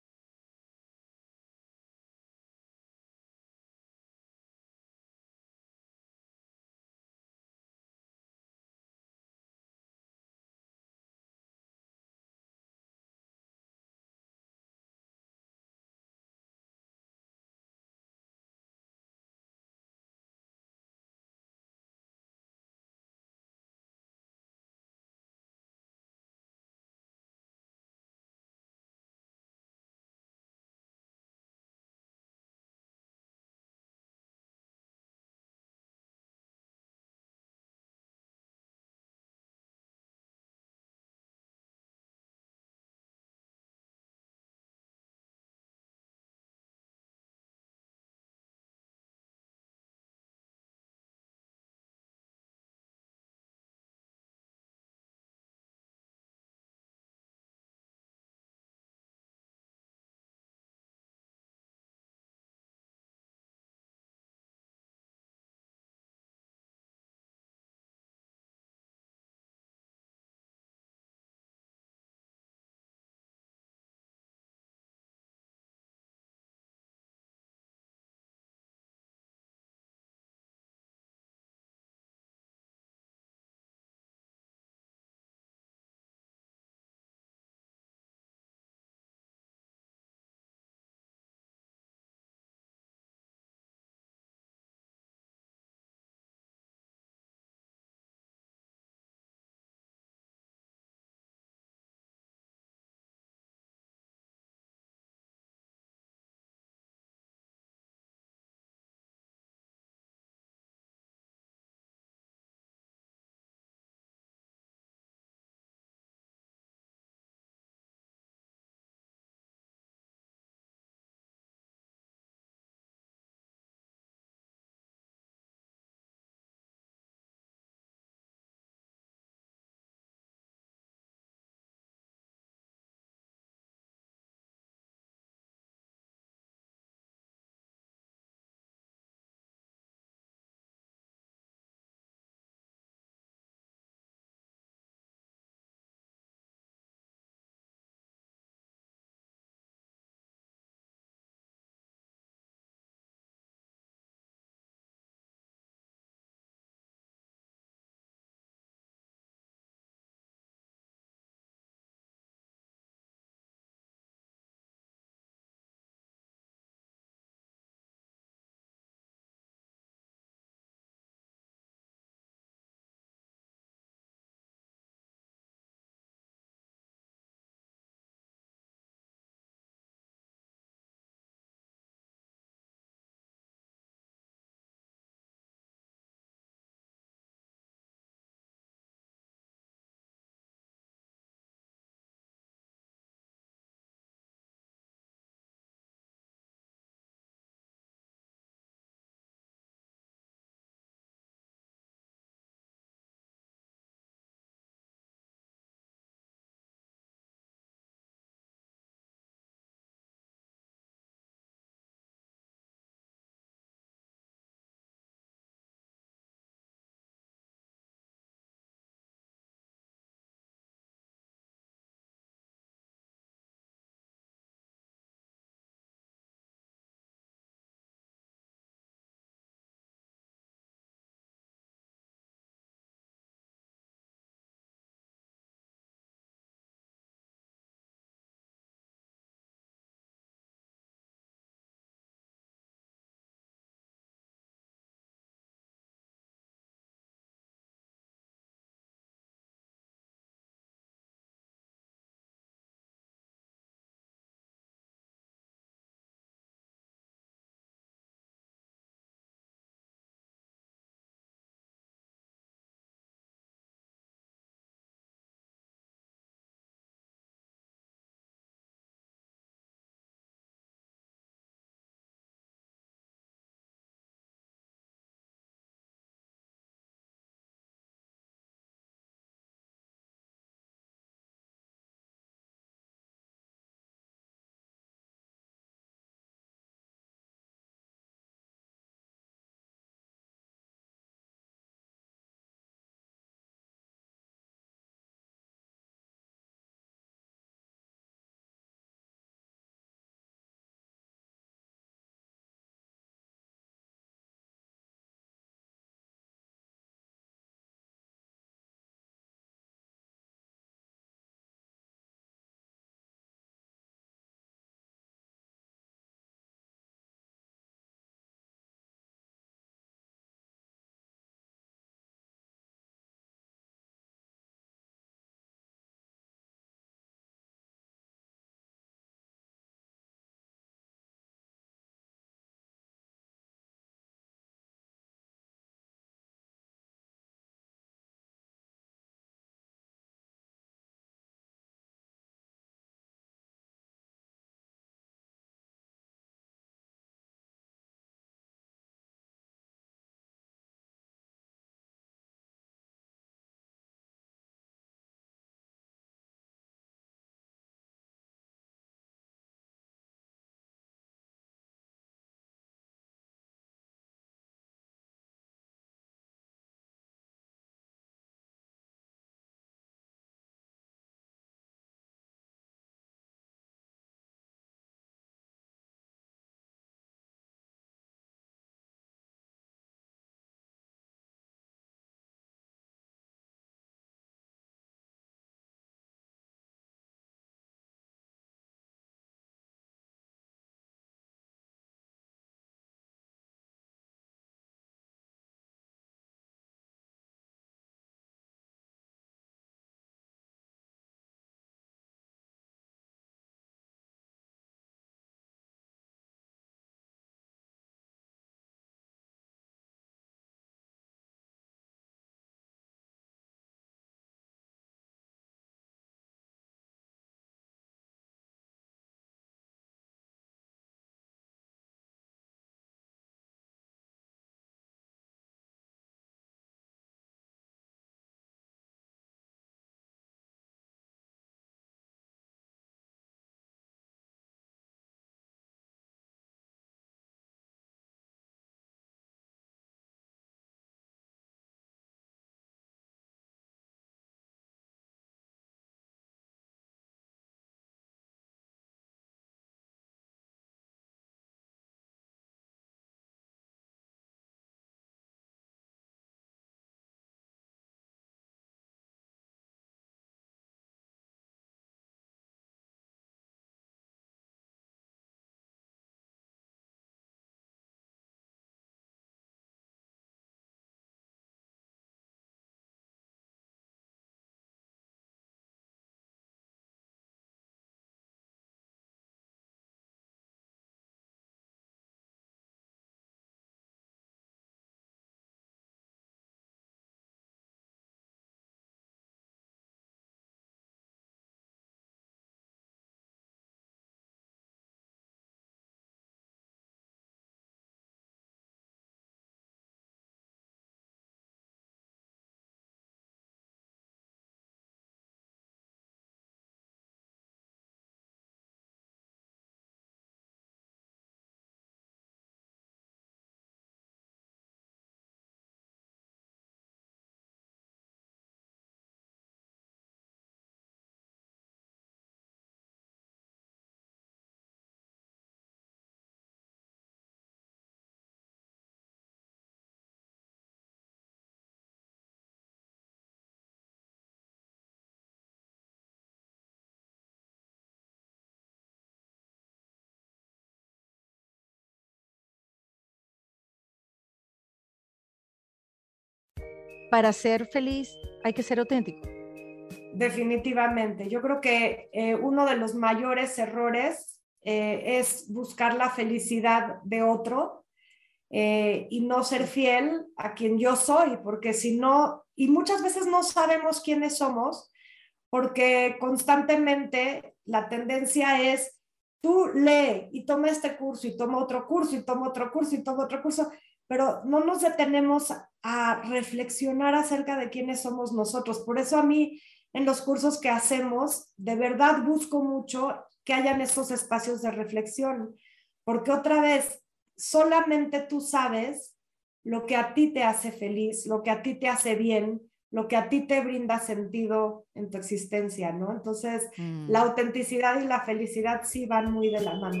para ser feliz hay que ser auténtico. Definitivamente. Yo creo que uno de los mayores errores es buscar la felicidad de otro y no ser fiel a quien yo soy, porque si no, y muchas veces no sabemos quiénes somos, porque constantemente la tendencia es, tú lee y toma este curso y toma otro curso y toma otro curso y toma otro curso, pero no nos detenemos a reflexionar acerca de quiénes somos nosotros. Por eso a mí, en los cursos que hacemos, de verdad busco mucho que hayan esos espacios de reflexión, porque otra vez, solamente tú sabes lo que a ti te hace feliz, lo que a ti te hace bien, lo que a ti te brinda sentido en tu existencia, ¿no? Entonces, la autenticidad y la felicidad sí van muy de la mano.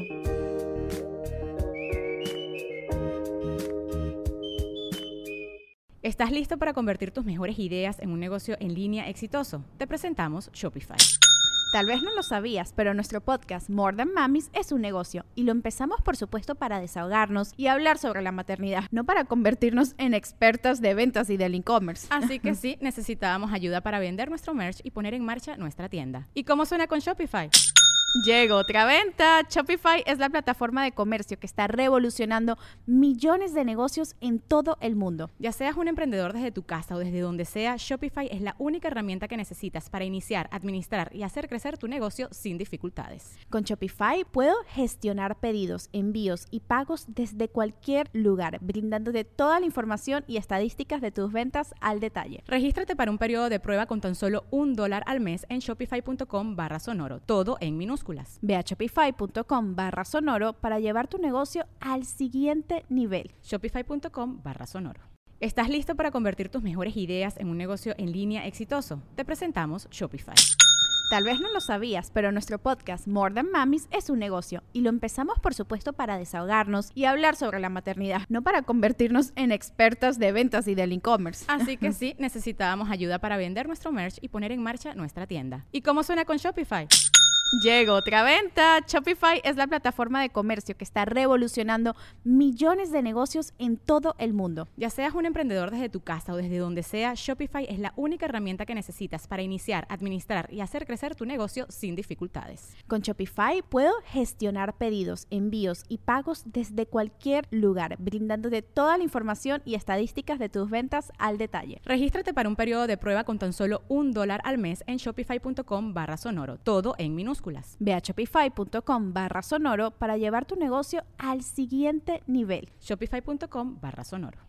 ¿Estás listo para convertir tus mejores ideas en un negocio en línea exitoso? Te presentamos Shopify. Tal vez no lo sabías, pero nuestro podcast More Than Mamis es un negocio y lo empezamos por supuesto para desahogarnos y hablar sobre la maternidad, no para convertirnos en expertas de ventas y del e-commerce. Así que sí, necesitábamos ayuda para vender nuestro merch y poner en marcha nuestra tienda. ¿Y cómo suena con Shopify? Llegó otra venta. Shopify es la plataforma de comercio que está revolucionando millones de negocios en todo el mundo. Ya seas un emprendedor desde tu casa o desde donde sea, Shopify es la única herramienta que necesitas para iniciar, administrar y hacer crecer tu negocio sin dificultades. Con Shopify puedo gestionar pedidos, envíos y pagos desde cualquier lugar, brindándote toda la información y estadísticas de tus ventas al detalle. Regístrate para un periodo de prueba con tan solo $1 al mes en shopify.com/sonoro, todo en minúsculas. Ve a shopify.com/sonoro para llevar tu negocio al siguiente nivel. Shopify.com/sonoro. ¿Estás listo para convertir tus mejores ideas en un negocio en línea exitoso? Te presentamos Shopify. Tal vez no lo sabías, pero nuestro podcast More Than Mamis es un negocio y lo empezamos por supuesto para desahogarnos y hablar sobre la maternidad, no para convertirnos en expertas de ventas y del e-commerce. Así que sí, necesitábamos ayuda para vender nuestro merch y poner en marcha nuestra tienda. ¿Y cómo suena con Shopify? Llegó otra venta. Shopify es la plataforma de comercio que está revolucionando millones de negocios en todo el mundo. Ya seas un emprendedor desde tu casa o desde donde sea, Shopify es la única herramienta que necesitas para iniciar, administrar y hacer crecer tu negocio sin dificultades. Con Shopify puedo gestionar pedidos, envíos y pagos desde cualquier lugar, brindándote toda la información y estadísticas de tus ventas al detalle. Regístrate para un periodo de prueba con tan solo $1 al mes en shopify.com/sonoro, todo en minúsculas. Ve a shopify.com/sonoro para llevar tu negocio al siguiente nivel. Shopify.com/sonoro.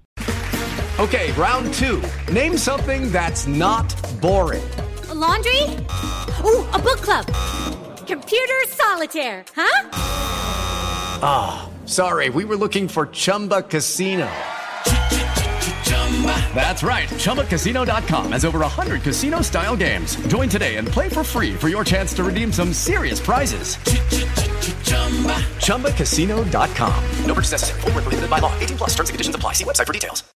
Okay, round 2. Name something that's not boring. A laundry? Ooh, a book club. Computer solitaire, huh? Ah, sorry, we were looking for Chumba Casino. That's right. ChumbaCasino.com has over 100 casino-style games. Join today and play for free for your chance to redeem some serious prizes. ChumbaCasino.com. No purchase necessary. Void where prohibited by law. 18+ terms and conditions apply. See website for details.